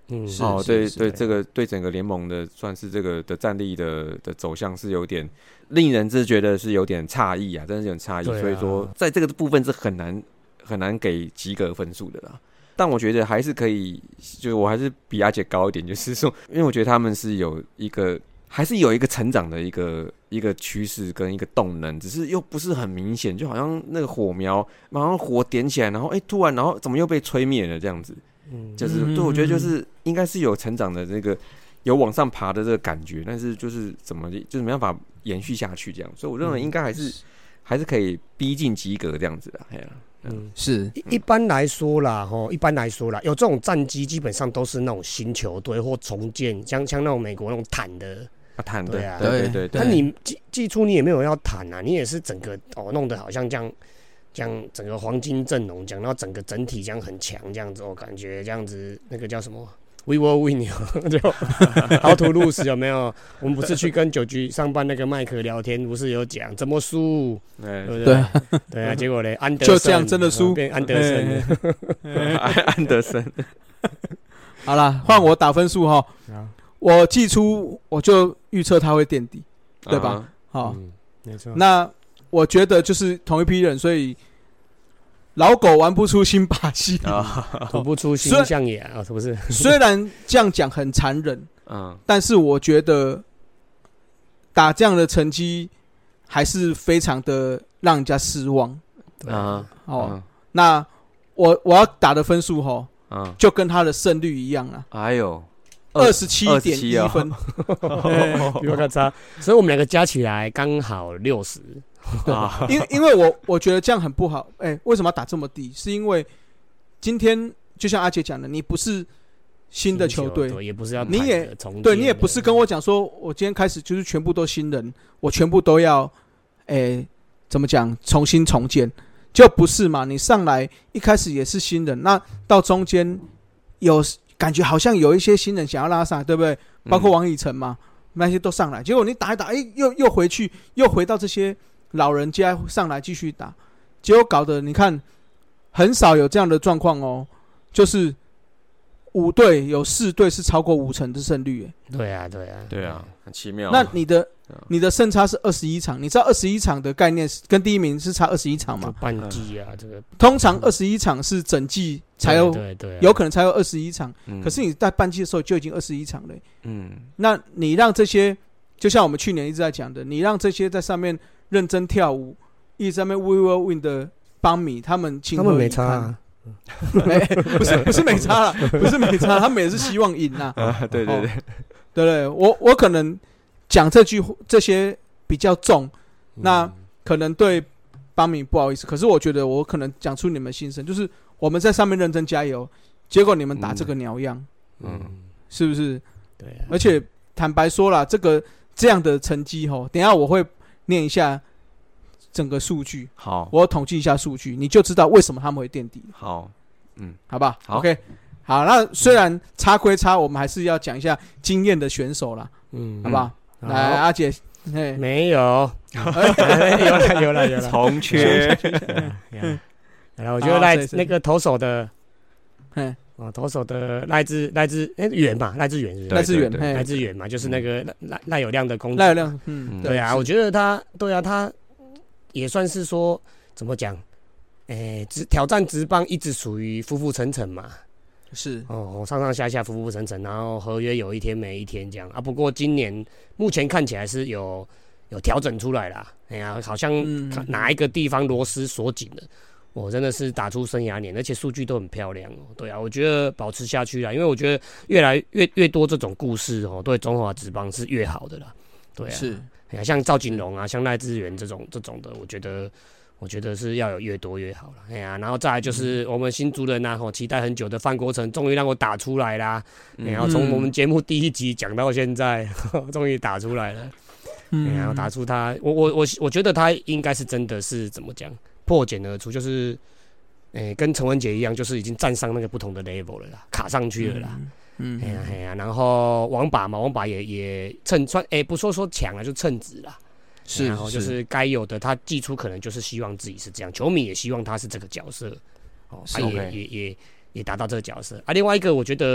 嗯， 哦，对对，这个对整个联盟的算是这个的战力的的走向是有点令人是觉得是有点诧异啊，真的是有点诧异，啊、所以说在这个部分是很难很难给及格分数的啦。但我觉得还是可以，就是我还是比阿姐高一点，就是说，因为我觉得他们是有一个还是有一个成长的一个一个趋势跟一个动能，只是又不是很明显，就好像那个火苗马上火点起来，然后哎、欸、突然然后怎么又被吹灭了这样子。嗯，就是对，我觉得就是应该是有成长的这个有往上爬的这个感觉，但是就是怎么就是没办法延续下去这样，所以我认为应该还是、嗯、还是可以逼近及格这样子的，嘿啦。 嗯，是一一般来说啦，吼，一般来说啦，有这种战绩基本上都是那种新球队或重建，像像那种美国那种坦的啊，坦的， 对啊， 对对 对, 對。 那你季季初你也没有要坦啊，你也是整个哦弄得好像这样。这样整个黄金阵容讲到整个整体这样很强这样子，我感觉这样子那个叫什么 We will win 就 How to lose 有没有？我们不是去跟九局上班那个麦克聊天，不是有讲怎么输，对不对？对, 对啊，结果嘞，安德森就这样真的输， 变安德森， 安德森。 好啦，换我打分数哈。我季初我就预测他会垫底，对吧？好、嗯， 没错。 那我觉得就是同一批人，所以老狗玩不出新把戏， 吐不出新象牙啊，是不是？ 虽然这样讲很残忍，嗯，但是我觉得打这样的成绩还是非常的让人家失望。啊，哦，嗯、那我我要打的分数哈，嗯，就跟他的胜率一样啊。 哎呦， 二十七点一分， 比我更差，所以我们两个加起来刚好六十。 啊，因为因为我我觉得这样很不好，哎、欸，为什么要打这么低？是因为今天就像阿杰讲的，你不是新的球队， 也不是要你也对你也不是跟我讲说，我今天开始就是全部都新人，我全部都要，哎、欸，怎么讲，重新重建，就不是嘛？你上来一开始也是新人，那到中间有感觉好像有一些新人想要拉上来，对不对？包括王以诚嘛，那些都上来，结果你打一打，哎、欸，又又回去，又回到这些。老人家上来继续打，结果搞得你看很少有这样的状况哦，就是五队有四队是超过五成的胜率， 对啊，对啊， 对啊，很奇妙。 那你的你的胜差是二十一场，你知道二十一场的概念是跟第一名是差二十一场吗？ 半季啊，这个通常二十一场是整季才有， 对 对, 對、啊， 有可能才有二十一场、嗯，可是你在半季的时候就已经二十一场了，嗯，那你让这些，就像我们去年一直在讲的，你让这些在上面。认真跳舞，一直在那边 We will win 的邦米，他们情何以堪？他们没差、啊欸，不是不是没差了，不是没差，他们也是希望赢啊。 啊，对对对， 哦、对对，我我可能讲这句这些比较重，那可能对邦米不好意思，可是我觉得我可能讲出你们心声，就是我们在上面认真加油，结果你们打这个鸟样，嗯，是不是？ 对、啊， 而且坦白说啦，这个这样的成绩吼，等一下我会。念一下整个数据， 好， 我统计一下数据，你就知道为什么他们会垫底。 好，嗯， 好吧， 好 ，OK， 好，那虽然差归差，我们还是要讲一下经验的选手啦，嗯，好不好？嗯、来，阿姐， 没有，有了，有了，有了， 重缺。 然后我觉得赖那个投手的，嗯。哦，投手的赖志赖志哎远嘛，赖志远是赖志远， 赖志远嘛，就是那个赖赖有亮的公主。 赖有亮，嗯， 对啊，我觉得他，对啊，他也算是说怎么讲，哎，挑战职棒一直属于浮浮沉沉嘛， 是哦，上上下下浮浮沉沉，然后合约有一天没一天这样啊。不过今年目前看起来是有有调整出来啦，哎呀，好像哪一个地方螺丝锁紧了。我真的是打出生涯年，而且数据都很漂亮哦。对啊，我觉得保持下去啦，因为我觉得越来越越多这种故事哦，对中华职棒是越好的啦。对啊， 是， 哎呀，像赵景龙啊，像赖志源这种这种的，我觉得我觉得是要有越多越好了。哎呀，然后再来就是我们新竹人呐、啊，吼，期待很久的范国成终于让我打出来啦。然后从我们节目第一集讲到现在，终于打出来了。嗯，然后打出他，我我我我觉得他应该是真的是怎么讲？破茧而出，就是，诶、欸，跟陈文杰一样，就是已经站上那个不同的 level 了啦，卡上去了啦。嗯，哎呀哎呀，然后王把嘛，王把也也称算，哎、欸，不说说强啊，就称职啦。是，然后就是该有的，他寄出可能就是希望自己是这样，球迷也希望他是这个角色，哦，他也、okay. 也也也达到这个角色啊。另外一个，我觉得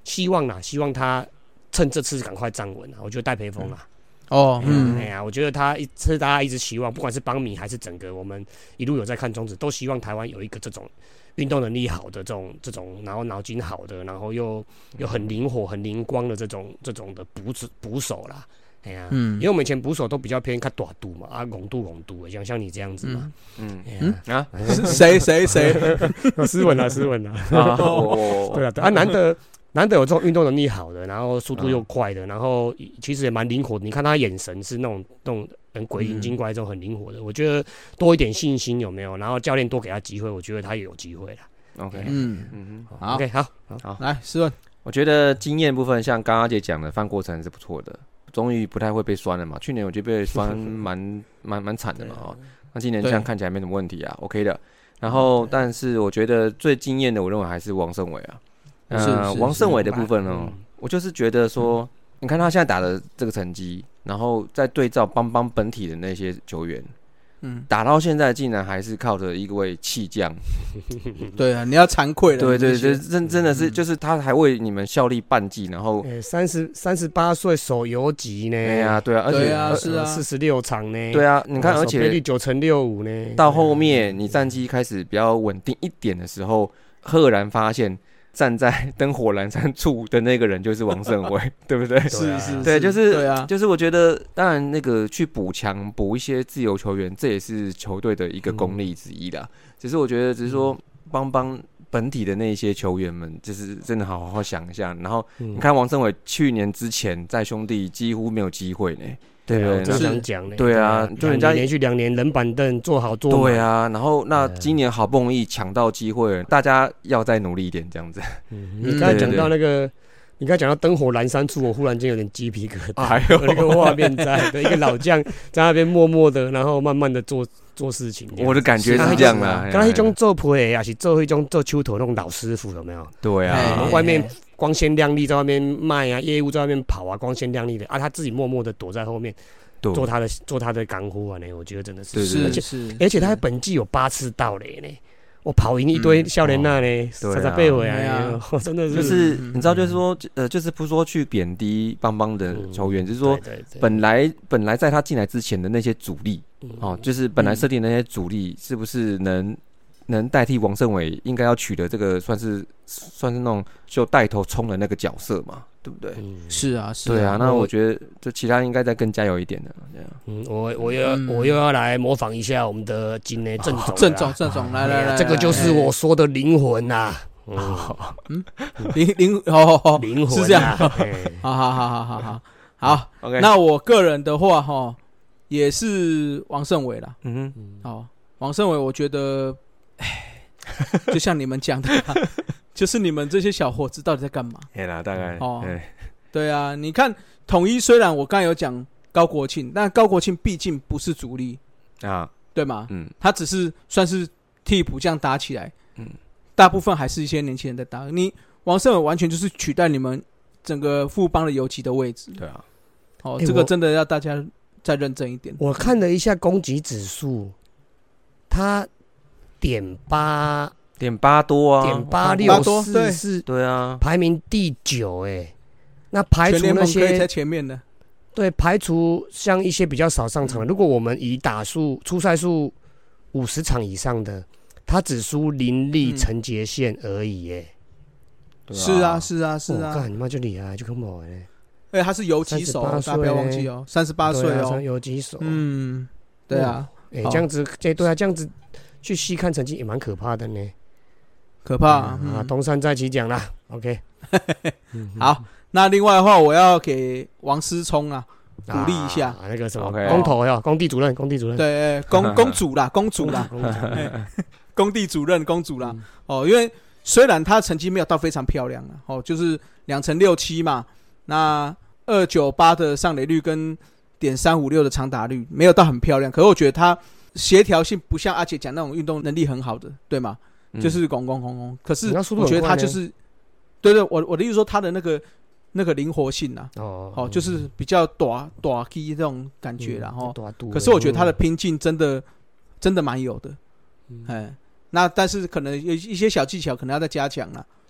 希望啦，希望他趁这次赶快站稳啊。我觉得戴培峰啦。 哦，嗯， 哎呀、啊，我觉得他一是大家一直希望，不管是邦迷还是整个我们一路有在看中职，都希望台湾有一个这种运动能力好的这种这种，然后脑筋好的，然后又又很灵活、很灵光的这种这种的捕捕手啦。哎呀、啊，嗯，因为我们以前捕手都比较偏看短度嘛，啊，拱度拱度，像像你这样子嘛，嗯嗯啊，谁谁谁， 斯文啊，斯文啊，对啊，啊，难得。难得有这种运动能力好的，然后速度又快的，然后其实也蛮灵活的。你看他眼神是那种那种很鬼灵精怪这种很灵活的。我觉得多一点信心有没有？然后教练多给他机会，我觉得他也有机会了。 OK， 嗯嗯，好 ，OK， 好， 好， 来，施文， 我觉得经验部分，像刚刚姐讲的，范国成是不错的，终于不太会被酸了嘛。去年我觉得被酸蛮蛮蛮惨的嘛，哦，那今年这样看起来没什么问题啊 ，OK 的。然后，但是我觉得最惊艳的，我认为还是王胜伟啊。呃，王胜伟的部分呢、哦，我就是觉得说，嗯、你看他现在打的这个成绩，然后再对照邦邦本体的那些球员，嗯，打到现在竟然还是靠着一位弃将。 对啊，你要惭愧了。 对对对，真真的是，就是他还为你们效力半季，然后三十三十八岁守游击呢。 哎呀，对啊，而且啊是啊， 四十六场呢。 对啊，你看，而且率九成六五呢。 到后面你战绩开始比较稳定一点的时候，赫然发现。站在灯火阑珊处的那个人就是王胜伟，对不对？ 是是， 对，就是对啊， 就是我觉得，当然那个去补强补一些自由球员，这也是球队的一个功力之一啦。嗯、只是我觉得，只是说帮帮本体的那些球员们，就是真的好好想一下。然后你看王胜伟去年之前在兄弟几乎没有机会呢。对不对？ 我想讲呢。 对啊，就人家连续两年冷板凳坐好坐满。 对啊，然后那今年好不容易抢到机会，大家要再努力一点，这样子。 嗯，你刚才讲到那个，你刚才讲到灯火阑珊处，我忽然间有点鸡皮疙瘩，还有那个画面在，对，一个老将在那边默默的，然后慢慢的做做事情。 我的感觉是这样啦， 刚才那种做皮也是做那种做手头那种老师傅，有没有？ 对啊， 外面。光鲜亮丽在外面卖啊，业务在外面跑啊，光鲜亮丽的啊，他自己默默的躲在后面做他的做他的干呼啊呢，我觉得真的是， 是而且是而且他本季有八次盗垒呢，我跑赢一堆少年那呢，三十倍回来，真的是， 就是你知道，就是说，呃，就是不说去贬低邦邦的球员，就是说，本来本来在他进来之前的那些主力，哦，就是本来设定的那些主力，是不是能？能代替王胜伟，应该要取得这个算是算是那种就带头冲的那个角色嘛，对不对？ 嗯、是啊，是啊。 对啊，那我觉得就其他应该再更加油一点的。 嗯，我我又、嗯、我又要来模仿一下我们的今年郑总， 郑总郑总，来来来， 这个就是我说的灵魂呐。 嗯，灵灵哦， 灵魂是这样。好好好好好好好。OK， 那我个人的话哈，也是王胜伟啦。嗯哼，好，王胜伟，我觉得。就像你们讲的、啊，就是你们这些小伙子到底在干嘛？ 对啦，大概哦， 对，对啊，你看统一虽然我刚才有讲高国庆，但高国庆毕竟不是主力啊，对吗？嗯，他只是算是替补这样打起来，嗯，大部分还是一些年轻人在打。你王胜伟完全就是取代你们整个富邦的游击的位置， 对啊， 哦，欸、这个真的要大家再认真一点。 我看了一下攻击指数，他。点八点八多啊， 点八六四四， 对啊， 排名第九哎、欸。那排除那些在前面的， 对，排除像一些比较少上场的，嗯、如果我们以打数出赛数五十场以上的，他只输林立、陈杰宪而已哎、 欸。是啊，是啊，是啊， 干、哦、你妈就厉害，就跟我哎。 哎，他是游击手，大家不要忘记哦，三十八岁哦， 游击手。 嗯，对啊， 哎、欸，这样子，这对啊，这样子。去细看成绩也蛮可怕的呢， 可怕啊！ 嗯嗯、东山再起讲啦 ，OK 好，那另外的话，我要给王思聪啊鼓励一下， 啊、那个什么工头呀，工地主任，工地主任， 对，公公主啦，公主啦，工地主任，公主啦。嗯、哦，因为虽然他成绩没有到非常漂亮啊，哦，就是两成六七嘛，那二九八的上垒率跟点三五六的长打率没有到很漂亮，可是我觉得他。协调性不像阿姐讲那种运动能力很好的，对吗？嗯、就是咣咣咣咣。可是我觉得他就是，对对，我我的意思说他的那个那个灵活性啊，哦，哦，就是比较短短击这种感觉啦，然后、嗯，可是我觉得他的拼劲真的真的蛮有的，哎、嗯，那但是可能有一些小技巧可能要再加强啦。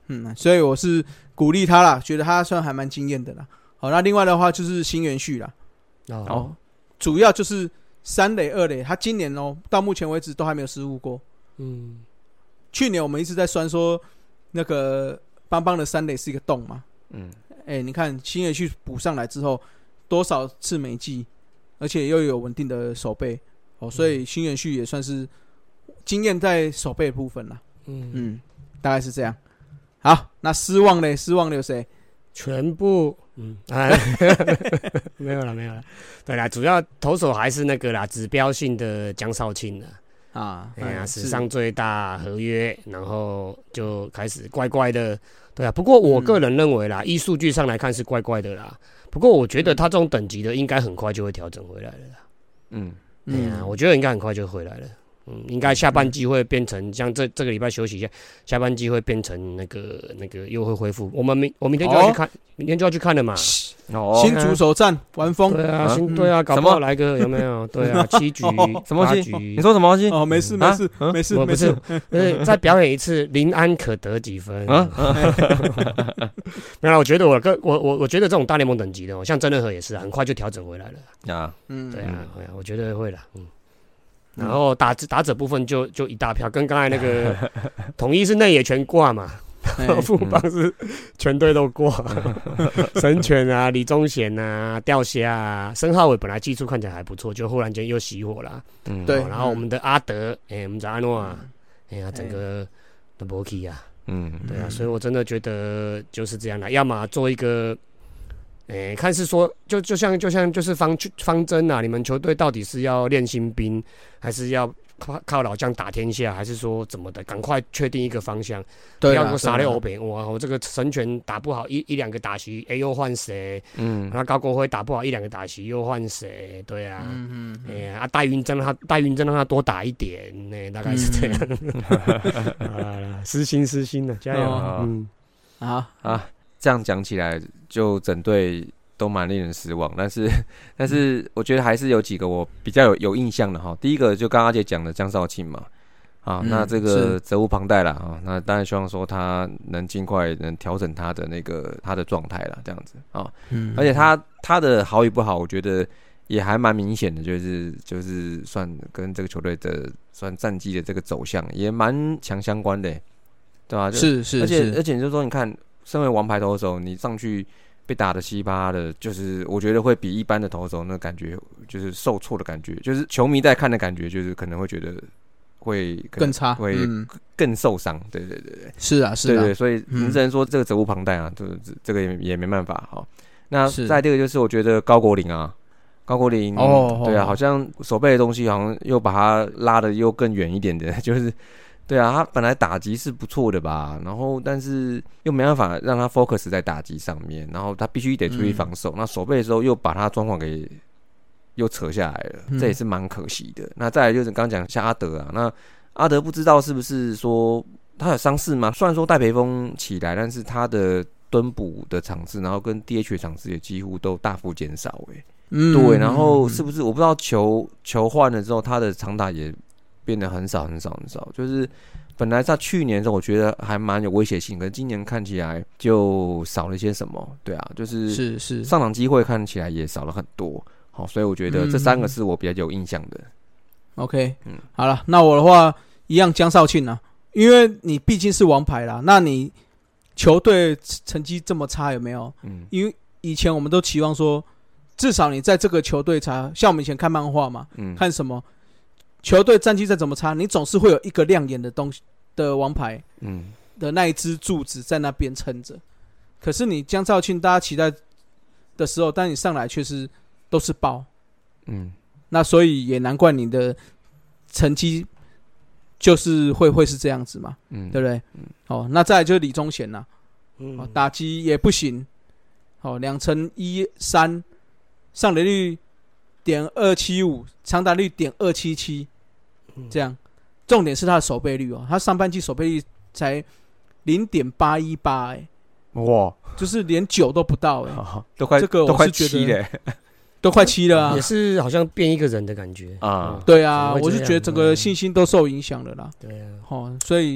嗯，所以我是鼓励他啦，觉得他算还蛮惊艳的啦。好，那另外的话就是新元旭啦， 哦， 哦，主要就是三垒、二垒，他今年哦到目前为止都还没有失误过。 嗯， 去年我们一直在酸说那个邦邦的三垒是一个洞嘛， 嗯， 哎、欸，你看新元旭补上来之后，多少次没记，而且又有稳定的守备，哦，所以新元旭也算是经验在守备的部分啦。 嗯嗯，大概是这样。好，那失望嘞？失望的有谁？ 全部，嗯，哎，没有了，没有了。对啦，主要投手还是那个啦，指标性的江少庆啦。 啊， 哎呀，史上最大合约，然后就开始怪怪的，对啊。不过我个人认为啦，依、嗯、数据上来看是怪怪的啦。不过我觉得他这种等级的，应该很快就会调整回来了啦。嗯，哎呀、啊，我觉得应该很快就回来了。嗯，应该下半季会变成像这这个礼拜休息一下，下半季会变成那个那个又会恢复。我们明我明天就要去看，哦、明天就要去看了嘛。 哦，新竹首战完封， 对啊，新对啊，搞不好来个有没有？对啊，七局什么东西？你说什么东西？ 哦，没事没事没事没事， 呃，再表演一次，林安可得几分？啊，没有，我觉得我个我我我觉得这种大联盟等级的，像曾仁和也是，很快就调整回来了啊。嗯，对啊，对啊，我觉得会了，嗯。然后打打者部分就就一大票，跟刚才那个统一是内野全挂嘛，富邦是全队都挂，神犬啊、李宗贤啊、钓虾啊、申浩伟本来技术看起来还不错，就忽然间又熄火了。嗯，对。然后我们的阿德，哎、欸，我们的阿诺啊，哎呀，整个都没去啊。嗯，对啊，所以我真的觉得就是这样啦，要么做一个。诶、欸，看是说，就就像就像就是方方针啊，你们球队到底是要练新兵，还是要靠靠老将打天下，还是说怎么的？赶快确定一个方向，不要说傻了欧北哇！我这个神拳打不好一一两个打席，哎、欸、又换谁？嗯，然后高国辉打不好一两个打席又换谁？对啊，嗯嗯，哎、欸、啊，戴云真让他戴云真让他多打一点，那、欸、大概是这样。啊，私心私心的，加油！哦、嗯， 啊啊。这样讲起来，就整队都蛮令人失望。但是，但是我觉得还是有几个我比较有有印象的哈。第一个就刚刚阿姐讲的江少庆嘛，啊，嗯、那这个责无旁贷啦啊。那当然希望说他能尽快能调整他的那个他的状态啦，这样子啊。嗯，而且他他的好与不好，我觉得也还蛮明显的，就是就是算跟这个球队的算战绩的这个走向也蛮强相关的、欸，对吧、啊？ 是是， 而且而且就是说，你看。身为王牌投手，你上去被打得稀巴的，就是我觉得会比一般的投手那感觉，就是受挫的感觉，就是球迷在看的感觉，就是可能会觉得会更差， 会更受伤。嗯、对对对对， 是啊是啊， 对对，所以你只能说这个责无旁贷啊，这这个也也没办法哈。那再这个就是我觉得高国林啊，高国林哦，对啊，好像手背的东西好像又把他拉得又更远一点的，就是。对啊，他本来打击是不错的吧，然后但是又没办法让他 focus 在打击上面，然后他必须得注意防守。嗯、那守备的时候又把他状况给又扯下来了，嗯、这也是蛮可惜的。那再来就是刚刚讲像阿德啊，那阿德不知道是不是说他有伤势吗？虽然说戴培峰起来，但是他的蹲捕的场次，然后跟 D H 场次也几乎都大幅减少、欸。嗯，对，然后是不是我不知道球球换了之后，他的长打也。变得很少很少很少，就是本来在去年的时候，我觉得还蛮有威胁性，可是今年看起来就少了一些什么，对啊，就是是是上场机会看起来也少了很多，好，所以我觉得这三个是我比较有印象的。 嗯、OK， 嗯，好了，那我的话一样江少庆啊，因为你毕竟是王牌啦，那你球队成绩这么差有没有？嗯，因为以前我们都期望说，至少你在这个球队才像我们以前看漫画嘛，嗯，看什么。球队战绩再怎么差，你总是会有一个亮眼的东西的王牌，嗯，的那一支柱子在那边撑着。可是你江少庆大家期待的时候，但你上来却是都是爆，嗯，那所以也难怪你的成绩就是会会是这样子嘛，嗯，对不对？嗯，哦，那再来就是李宗贤啦，嗯，哦、打击也不行，哦，两成一三，上垒率。点二七五，长打率点二七七，这样，重点是他的守备率哦，他上半季守备率才零点八一八，哎，哇，就是连九都不到哎、欸， 都快，这个我是觉得都快七了啊， 也是好像变一个人的感觉啊， 对啊，我是觉得整个信心都受影响了啦， 对啊， 哦，所以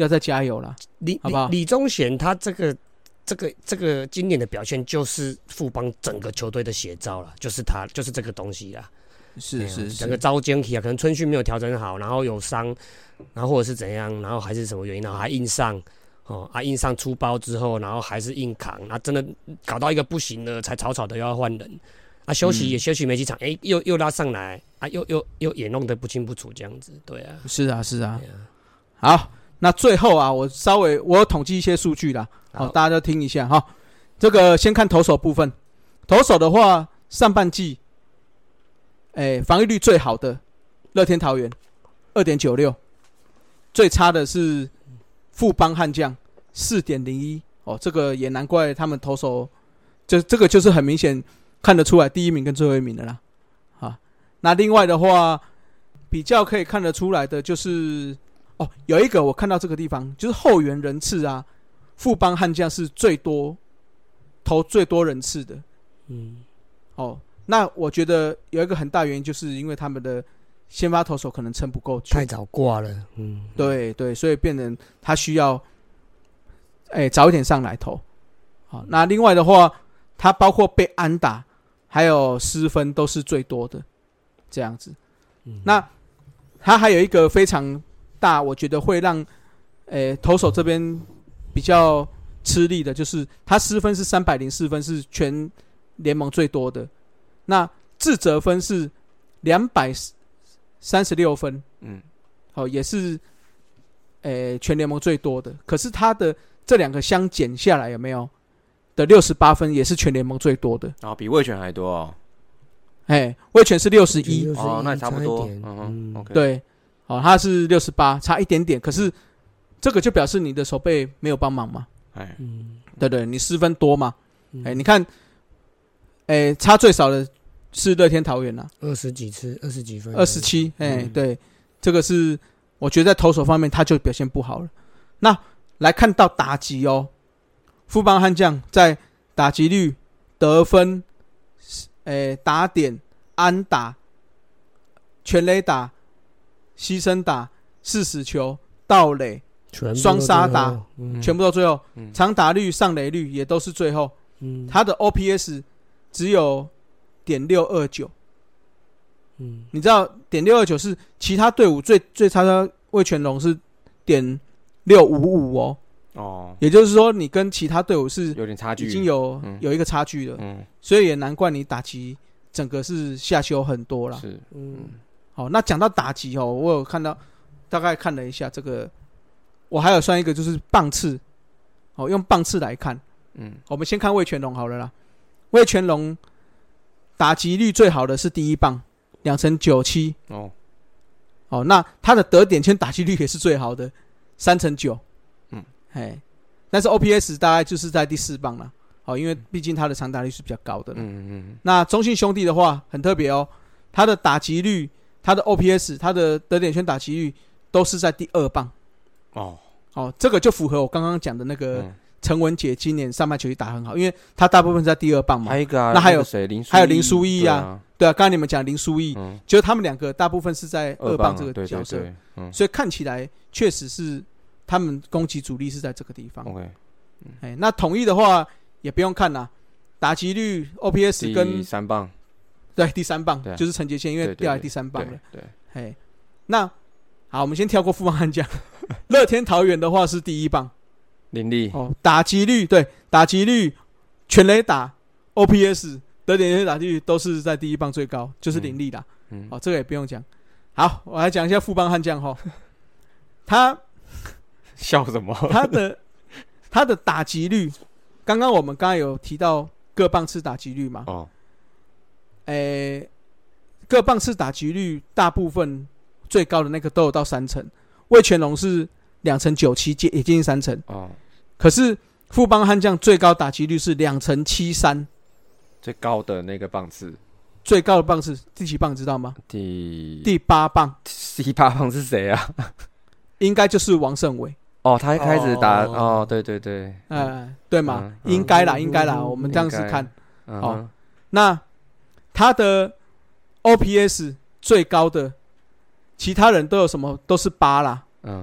要再加油了， 李好不好？ 李宗贤他这个这个这个今年的表现，就是富邦整个球队的写照了，就是他就是这个东西啦。 是是是， 整个招奸体啊，可能春训没有调整好，然后有伤，然后或者是怎样，然后还是什么原因，然后还硬上。哦啊，硬上出包之后，然后还是硬扛，那真的搞到一个不行了，才草草的又要换人。啊，休息也休息没几场，哎、嗯欸，又又拉上来啊，又又又也弄得不清不楚这样子，对啊， 是啊是啊。啊好，那最后啊，我稍微我有统计一些数据啦，好，大家都听一下哈。这个先看投手部分，投手的话，上半季，哎、欸，防御率最好的乐天桃园 二点九六， 最差的是富邦悍将 四点零一， 哦，这个也难怪他们投手，这这个就是很明显看得出来第一名跟最后一名的啦。啊，那另外的话，比较可以看得出来的就是哦，有一个我看到这个地方就是后援人次啊，富邦悍将是最多投最多人次的。嗯，哦，那我觉得有一个很大原因就是因为他们的先发投手可能撑不够久， 太早挂了。嗯， 对对，所以变成他需要，哎、欸，早一点上来投。好，那另外的话，他包括被安打还有失分都是最多的，这样子。嗯、那他还有一个非常大，我觉得会让，哎、欸，投手这边比较吃力的，就是他失分是三百零四分，是全联盟最多的。那自责分是两百三十六分，嗯，好、哦，也是，诶、欸，全联盟最多的。可是他的这两个相减下来，有没有的六十八分，也是全联盟最多的。 哦，比味全还多哦。 哎，味全是六十一， 哦，那也差不多。嗯哼 ，OK。 对，哦，他是六十八，差一点点。可是这个就表示你的守备没有帮忙嘛。哎，嗯，对对，你失分多嘛。哎、嗯，你看，哎、欸，差最少的是乐天桃园啦， 二十几次，二十几分， 二十七，哎，对，这个是我觉得在投手方面他就表现不好了。那来看到打击哦，富邦悍将在打击率、得分、诶打点、安打、全垒打、牺牲打、四死球、盗垒、双杀打，嗯、全部到最后，嗯、长打率、上垒率也都是最后。嗯、他的 O P S 只有点六二九，嗯，你知道点六二九是其他队伍最最差的味全龙是点六五五哦，哦，也就是说你跟其他队伍是有点差距， 已经有、嗯、有一个差距了，嗯，所以也难怪你打击整个是下修很多啦。是，嗯，好，那讲到打击哦，我有看到大概看了一下这个，我还有算一个就是棒次，哦，用棒次来看，嗯，我们先看味全龙好了啦，味全龙打击率最好的是第一棒，两成九七。哦，哦，那他的得点圈打击率也是最好的，三成九。嗯，哎，但是 O P S 大概就是在第四棒了。哦，因为毕竟他的长打率是比较高的。嗯嗯。那中信兄弟的话很特别哦，他的打击率、他的 O P S、他的得点圈打击率都是在第二棒。哦，哦，这个就符合我刚刚讲的那个。嗯，陈文杰今年上半球季打很好，因为他大部分在第二棒嘛。 还有一个、啊， 那还有谁？林还有林书义啊，对啊，刚才你们讲林书义，嗯，就是他们两个大部分是在二棒这个角色，对对对嗯、所以看起来确实是他们攻击主力是在这个地方。OK， 嗯，哎，那统一的话也不用看啦，打击率 O P S 跟第三棒， 对，第三棒、啊、就是陈杰宪，因为掉来第三棒了。对，对对哎，那好，我们先跳过富邦悍将，乐天桃园的话是第一棒。 林立哦，打击率对打击率、全垒打、O P S、得点圈打击率都是在第一棒最高，就是林立啦。嗯，哦，这个也不用讲。好，我来讲一下富邦悍将哈，他笑什么？ 他的他的打击率，刚刚我们刚刚有提到各棒次打击率嘛？哦，诶，各棒次打击率大部分最高的那个都有到三成，味全龙是两成九七，也接近三成。哦，可是富邦悍将最高打击率是两成七三， 最高的那个棒次， 最高的棒次第几棒知道吗？ 第第八棒。 第八棒是谁啊？ 应该就是王胜伟。 哦，他一开始打 哦, 哦，对对对， 呃，对嘛，嗯、应该啦，应该啦，嗯、我们这样子看。嗯、哦，那他的 O P S 最高的，其他人都有什么？都是八啦。嗯。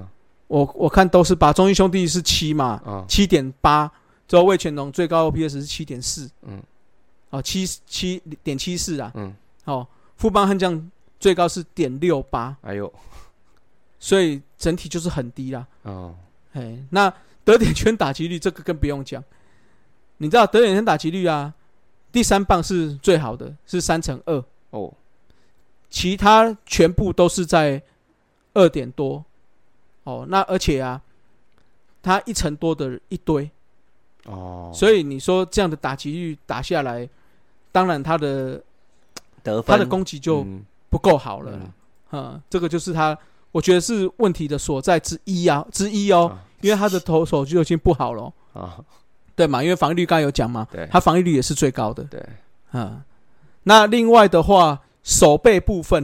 我我看都是八，中信兄弟是七嘛，七点八，之后味全龙最高 O P S 是七点四，嗯，哦，七七点七四啊，嗯，哦，富邦悍将最高是点六八， 哎呦， 所以整体就是很低啦，哦，哎，那得点圈打击率这个更不用讲，你知道得点圈打击率啊，第三棒是最好的，是三成二，哦，其他全部都是在二点多。哦，那而且啊，他一成多的一堆，哦，所以你说这样的打击率打下来，当然他的得分他的攻击就不够好了，嗯，嗯，这个就是他，我觉得是问题的所在之一啊，之一哦，啊，因为他的投手就已经不好了，啊，对嘛？因为防御率刚才有讲嘛，对，他防御率也是最高的，对，嗯，那另外的话，守备部分，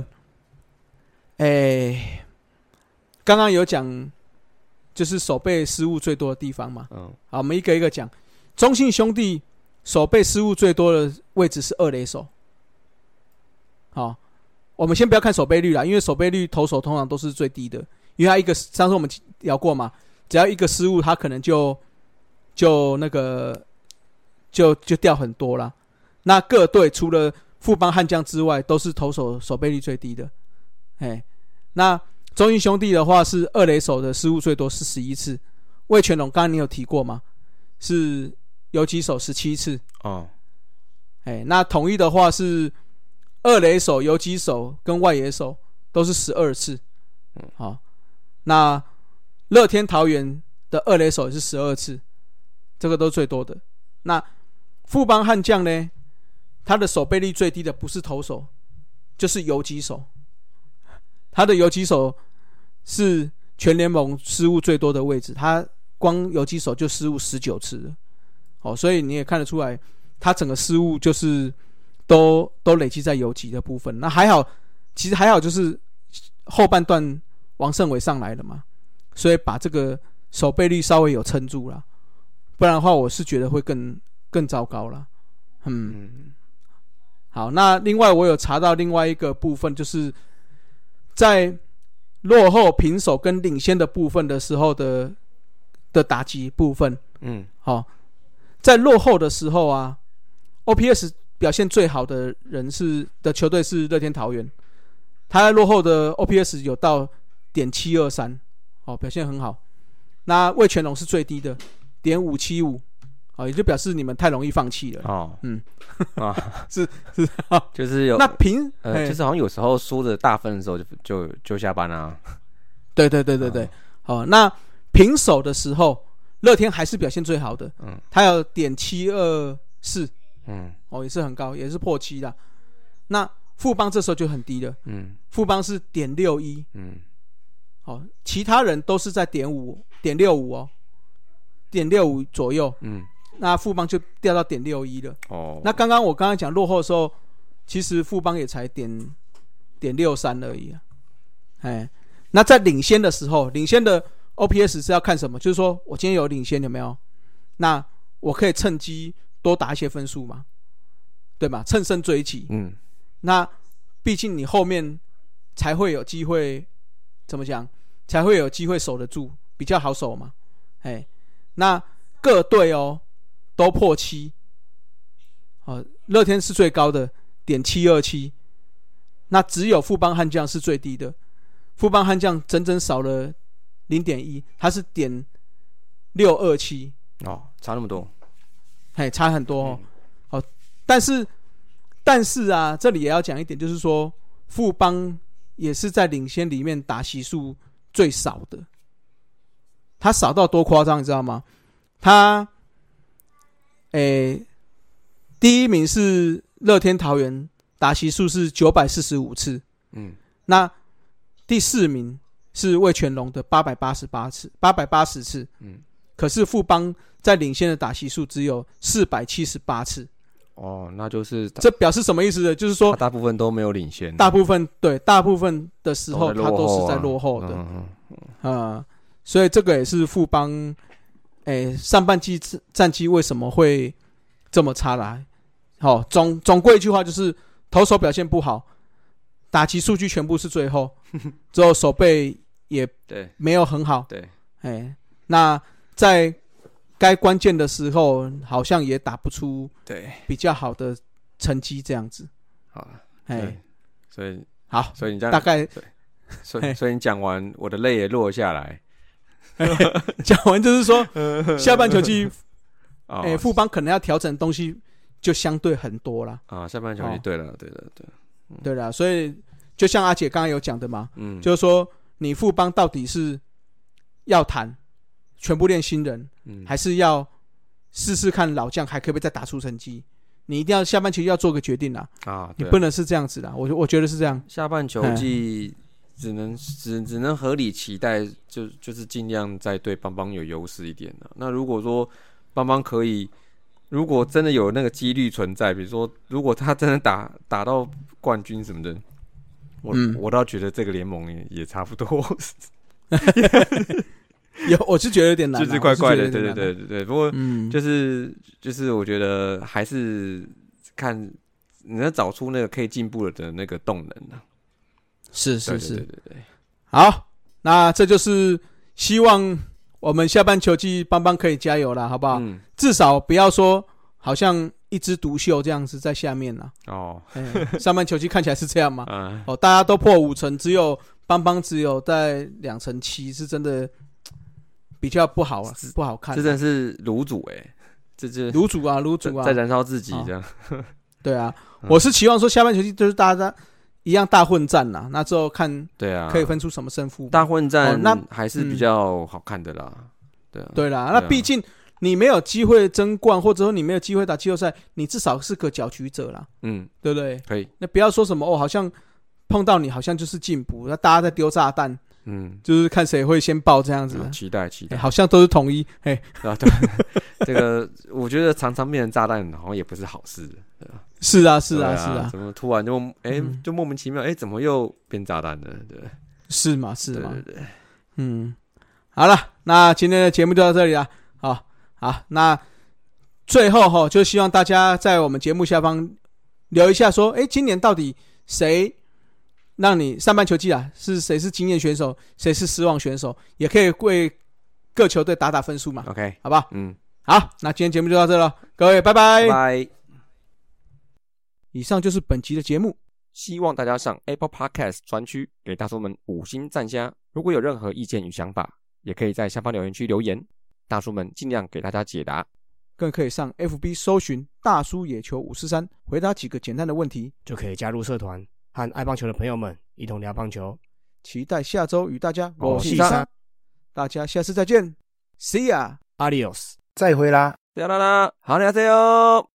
哎。刚刚有讲，就是守备失误最多的地方嘛。嗯，好，我们一个一个讲。中信兄弟守备失误最多的位置是二垒手。好，我们先不要看守备率啦，因为守备率投手通常都是最低的，因为他一个上次我们聊过嘛，只要一个失误，他可能就就那个就就掉很多啦。那各队除了富邦悍将之外，都是投手守备率最低的。哎，那中信兄弟的话是二垒手的失误最多是十一次，味全龙刚刚你有提过吗？是游击手十七次哦。哎，那统一的话是二垒手、游击手跟外野手都是十二次。嗯，好，那乐天桃园的二垒手也是十二次，这个都最多的。那富邦悍将呢，他的守备率最低的不是投手，就是游击手，他的游击手是全联盟失误最多的位置，他光游击手就失误十九次了。哦，所以你也看得出来，他整个失误就是都都累积在游击的部分。那还好，其实还好，就是后半段王胜伟上来了嘛，所以把这个守备率稍微有撑住了，不然的话，我是觉得会更更糟糕了。嗯，好，那另外我有查到另外一个部分，就是在落后、平手跟领先的部分的时候的的打击部分，嗯，好，在落后的时候啊 ，O P S 表现最好的人是的球队是乐天桃园，他在落后的 O P S 有到点七二三，哦，表现很好。那味全龙是最低的点五七五，哦，也就表示你们太容易放弃了。哦，嗯，啊，是是， 就是有那平呃，就是好像有时候输的大分的时候就就就下班啊。 对对对对对，好、哦，那平手的时候，乐天还是表现最好的，嗯，他有点七二四，嗯，哦，也是很高，也是破七啦。那富邦这时候就很低了，嗯，富邦是点六一，嗯，好、哦，其他人都是在点五点六五哦，点六五左右，嗯。那富邦就掉到点六一了。哦，那刚刚我刚刚讲落后的时候，其实富邦也才点点六三而已啊。哎，那在领先的时候，领先的 O P S 是要看什么？就是说我今天有领先有没有？那我可以趁机多打一些分数嘛，对吧？乘胜追击。嗯，那毕竟你后面才会有机会，怎么讲？才会有机会守得住，比较好守嘛。哎，那各队哦。都破七，哦，乐天是最高的点七二七，那只有富邦悍将是最低的，富邦悍将整整少了零点一，它是点六二七， 哦，差那么多， 嘿，差很多哦，嗯、哦，但是但是啊，这里也要讲一点，就是说富邦也是在领先里面打席数最少的，他少到多夸张，你知道吗？他诶，第一名是乐天桃园，打席数是九百四十五次。嗯，那第四名是味全龙的八百八十八次，八百八十次。嗯，可是富邦在领先的打席数只有四百七十八次。 哦，那就是这表示什么意思呢？就是说大部分都没有领先， 大部分对，大部分的时候他都是在落后的。嗯嗯嗯、呃，所以这个也是富邦。诶，上半季战绩为什么会这么差啦？好、哦，总总归一句话就是投手表现不好，打击数据全部是最后，之后守备也没有很好， 对， 哎，那在该关键的时候，好像也打不出对比较好的成绩这样子。 好， 哎， 所以好， 所以你这样大概， 所以所以你讲完，我的泪也落下来。 讲完就是说，下半球季， 哦哎，富邦可能要调整的东西就相对很多啦。 啊，下半球季， 哦对了，对了，对了， 嗯、对了，所以就像阿姐刚刚有讲的嘛， 嗯， 就是说你富邦到底是要谈全部练新人， 嗯， 还是要试试看老将还可不可以再打出成绩？你一定要下半球季要做个决定啦， 啊， 你不能是这样子啦。我我觉得是这样， 下半球季。只能只只能合理期待，就就是尽量再对邦邦有优势一点的。那如果说邦邦可以，如果真的有那个几率存在，比如说如果他真的打打到冠军什么的，我、嗯、我倒觉得这个联盟 也, 也差不多。 有，我是觉得有点难， 就是怪怪的，对对对对对。不过就是、嗯、就是我觉得还是看你要找出那个可以进步的那个动能啊。 是是是， 对对对对对， 好，那这就是希望我们下半球季邦邦可以加油啦，好不好？嗯、至少不要说好像一枝独秀这样子在下面啦。哦，欸、上半球季看起来是这样嘛？嗯、哦，大家都破五成，只有邦邦只有在两成七，是真的比较不好，不好看。 这真的是卤煮哎、欸，这这卤煮啊，卤煮啊， 在燃烧自己这样。 哦、对啊，嗯、我是期望说下半球季就是大家一样大混战啦，那之后看对啊，可以分出什么胜负。 大混战、哦、那还是比较好看的啦，嗯、对啊， 对啦，那毕竟你没有机会争冠，或者说你没有机会打季后赛，你至少是个搅局者啦，嗯，对不对？ 可以。 那不要说什么哦，好像碰到你好像就是进步，那大家在丢炸弹，嗯，就是看谁会先爆这样子。 嗯、期待期待、 欸，好像都是统一，嘿， 啊对，这个我觉得常常变成炸弹，好像也不是好事，对吧？ 是啊，是啊， 啊是啊， 怎么突然就哎、欸嗯、就莫名其妙哎、欸，怎么又变炸弹了？对， 是嘛是嘛， 对对对， 嗯，好了，那今天的节目就到这里了，好，好，那最后哈，就希望大家在我们节目下方留一下，说，哎、欸，今年到底谁让你上半球季啊，是谁是经验选手，谁是失望选手，也可以为各球队打打分数嘛 ，OK， 好不好？ 嗯， 好，那今天节目就到这了，各位，拜拜， 拜拜。 以上就是本集的节目， 希望大家上 Apple Podcast 专区给大叔们五星赞加。如果有任何意见与想法，也可以在下方留言区留言，大叔们尽量给大家解答。 更可以上 F B 搜寻大叔野球五四三，回答几个简单的问题， 就可以加入社团，和爱棒球的朋友们一同聊棒球。 期待下周与大家我是三， 大家下次再见 ，See ya， Adios， 再会啦， 再啦啦，好，안녕하세요。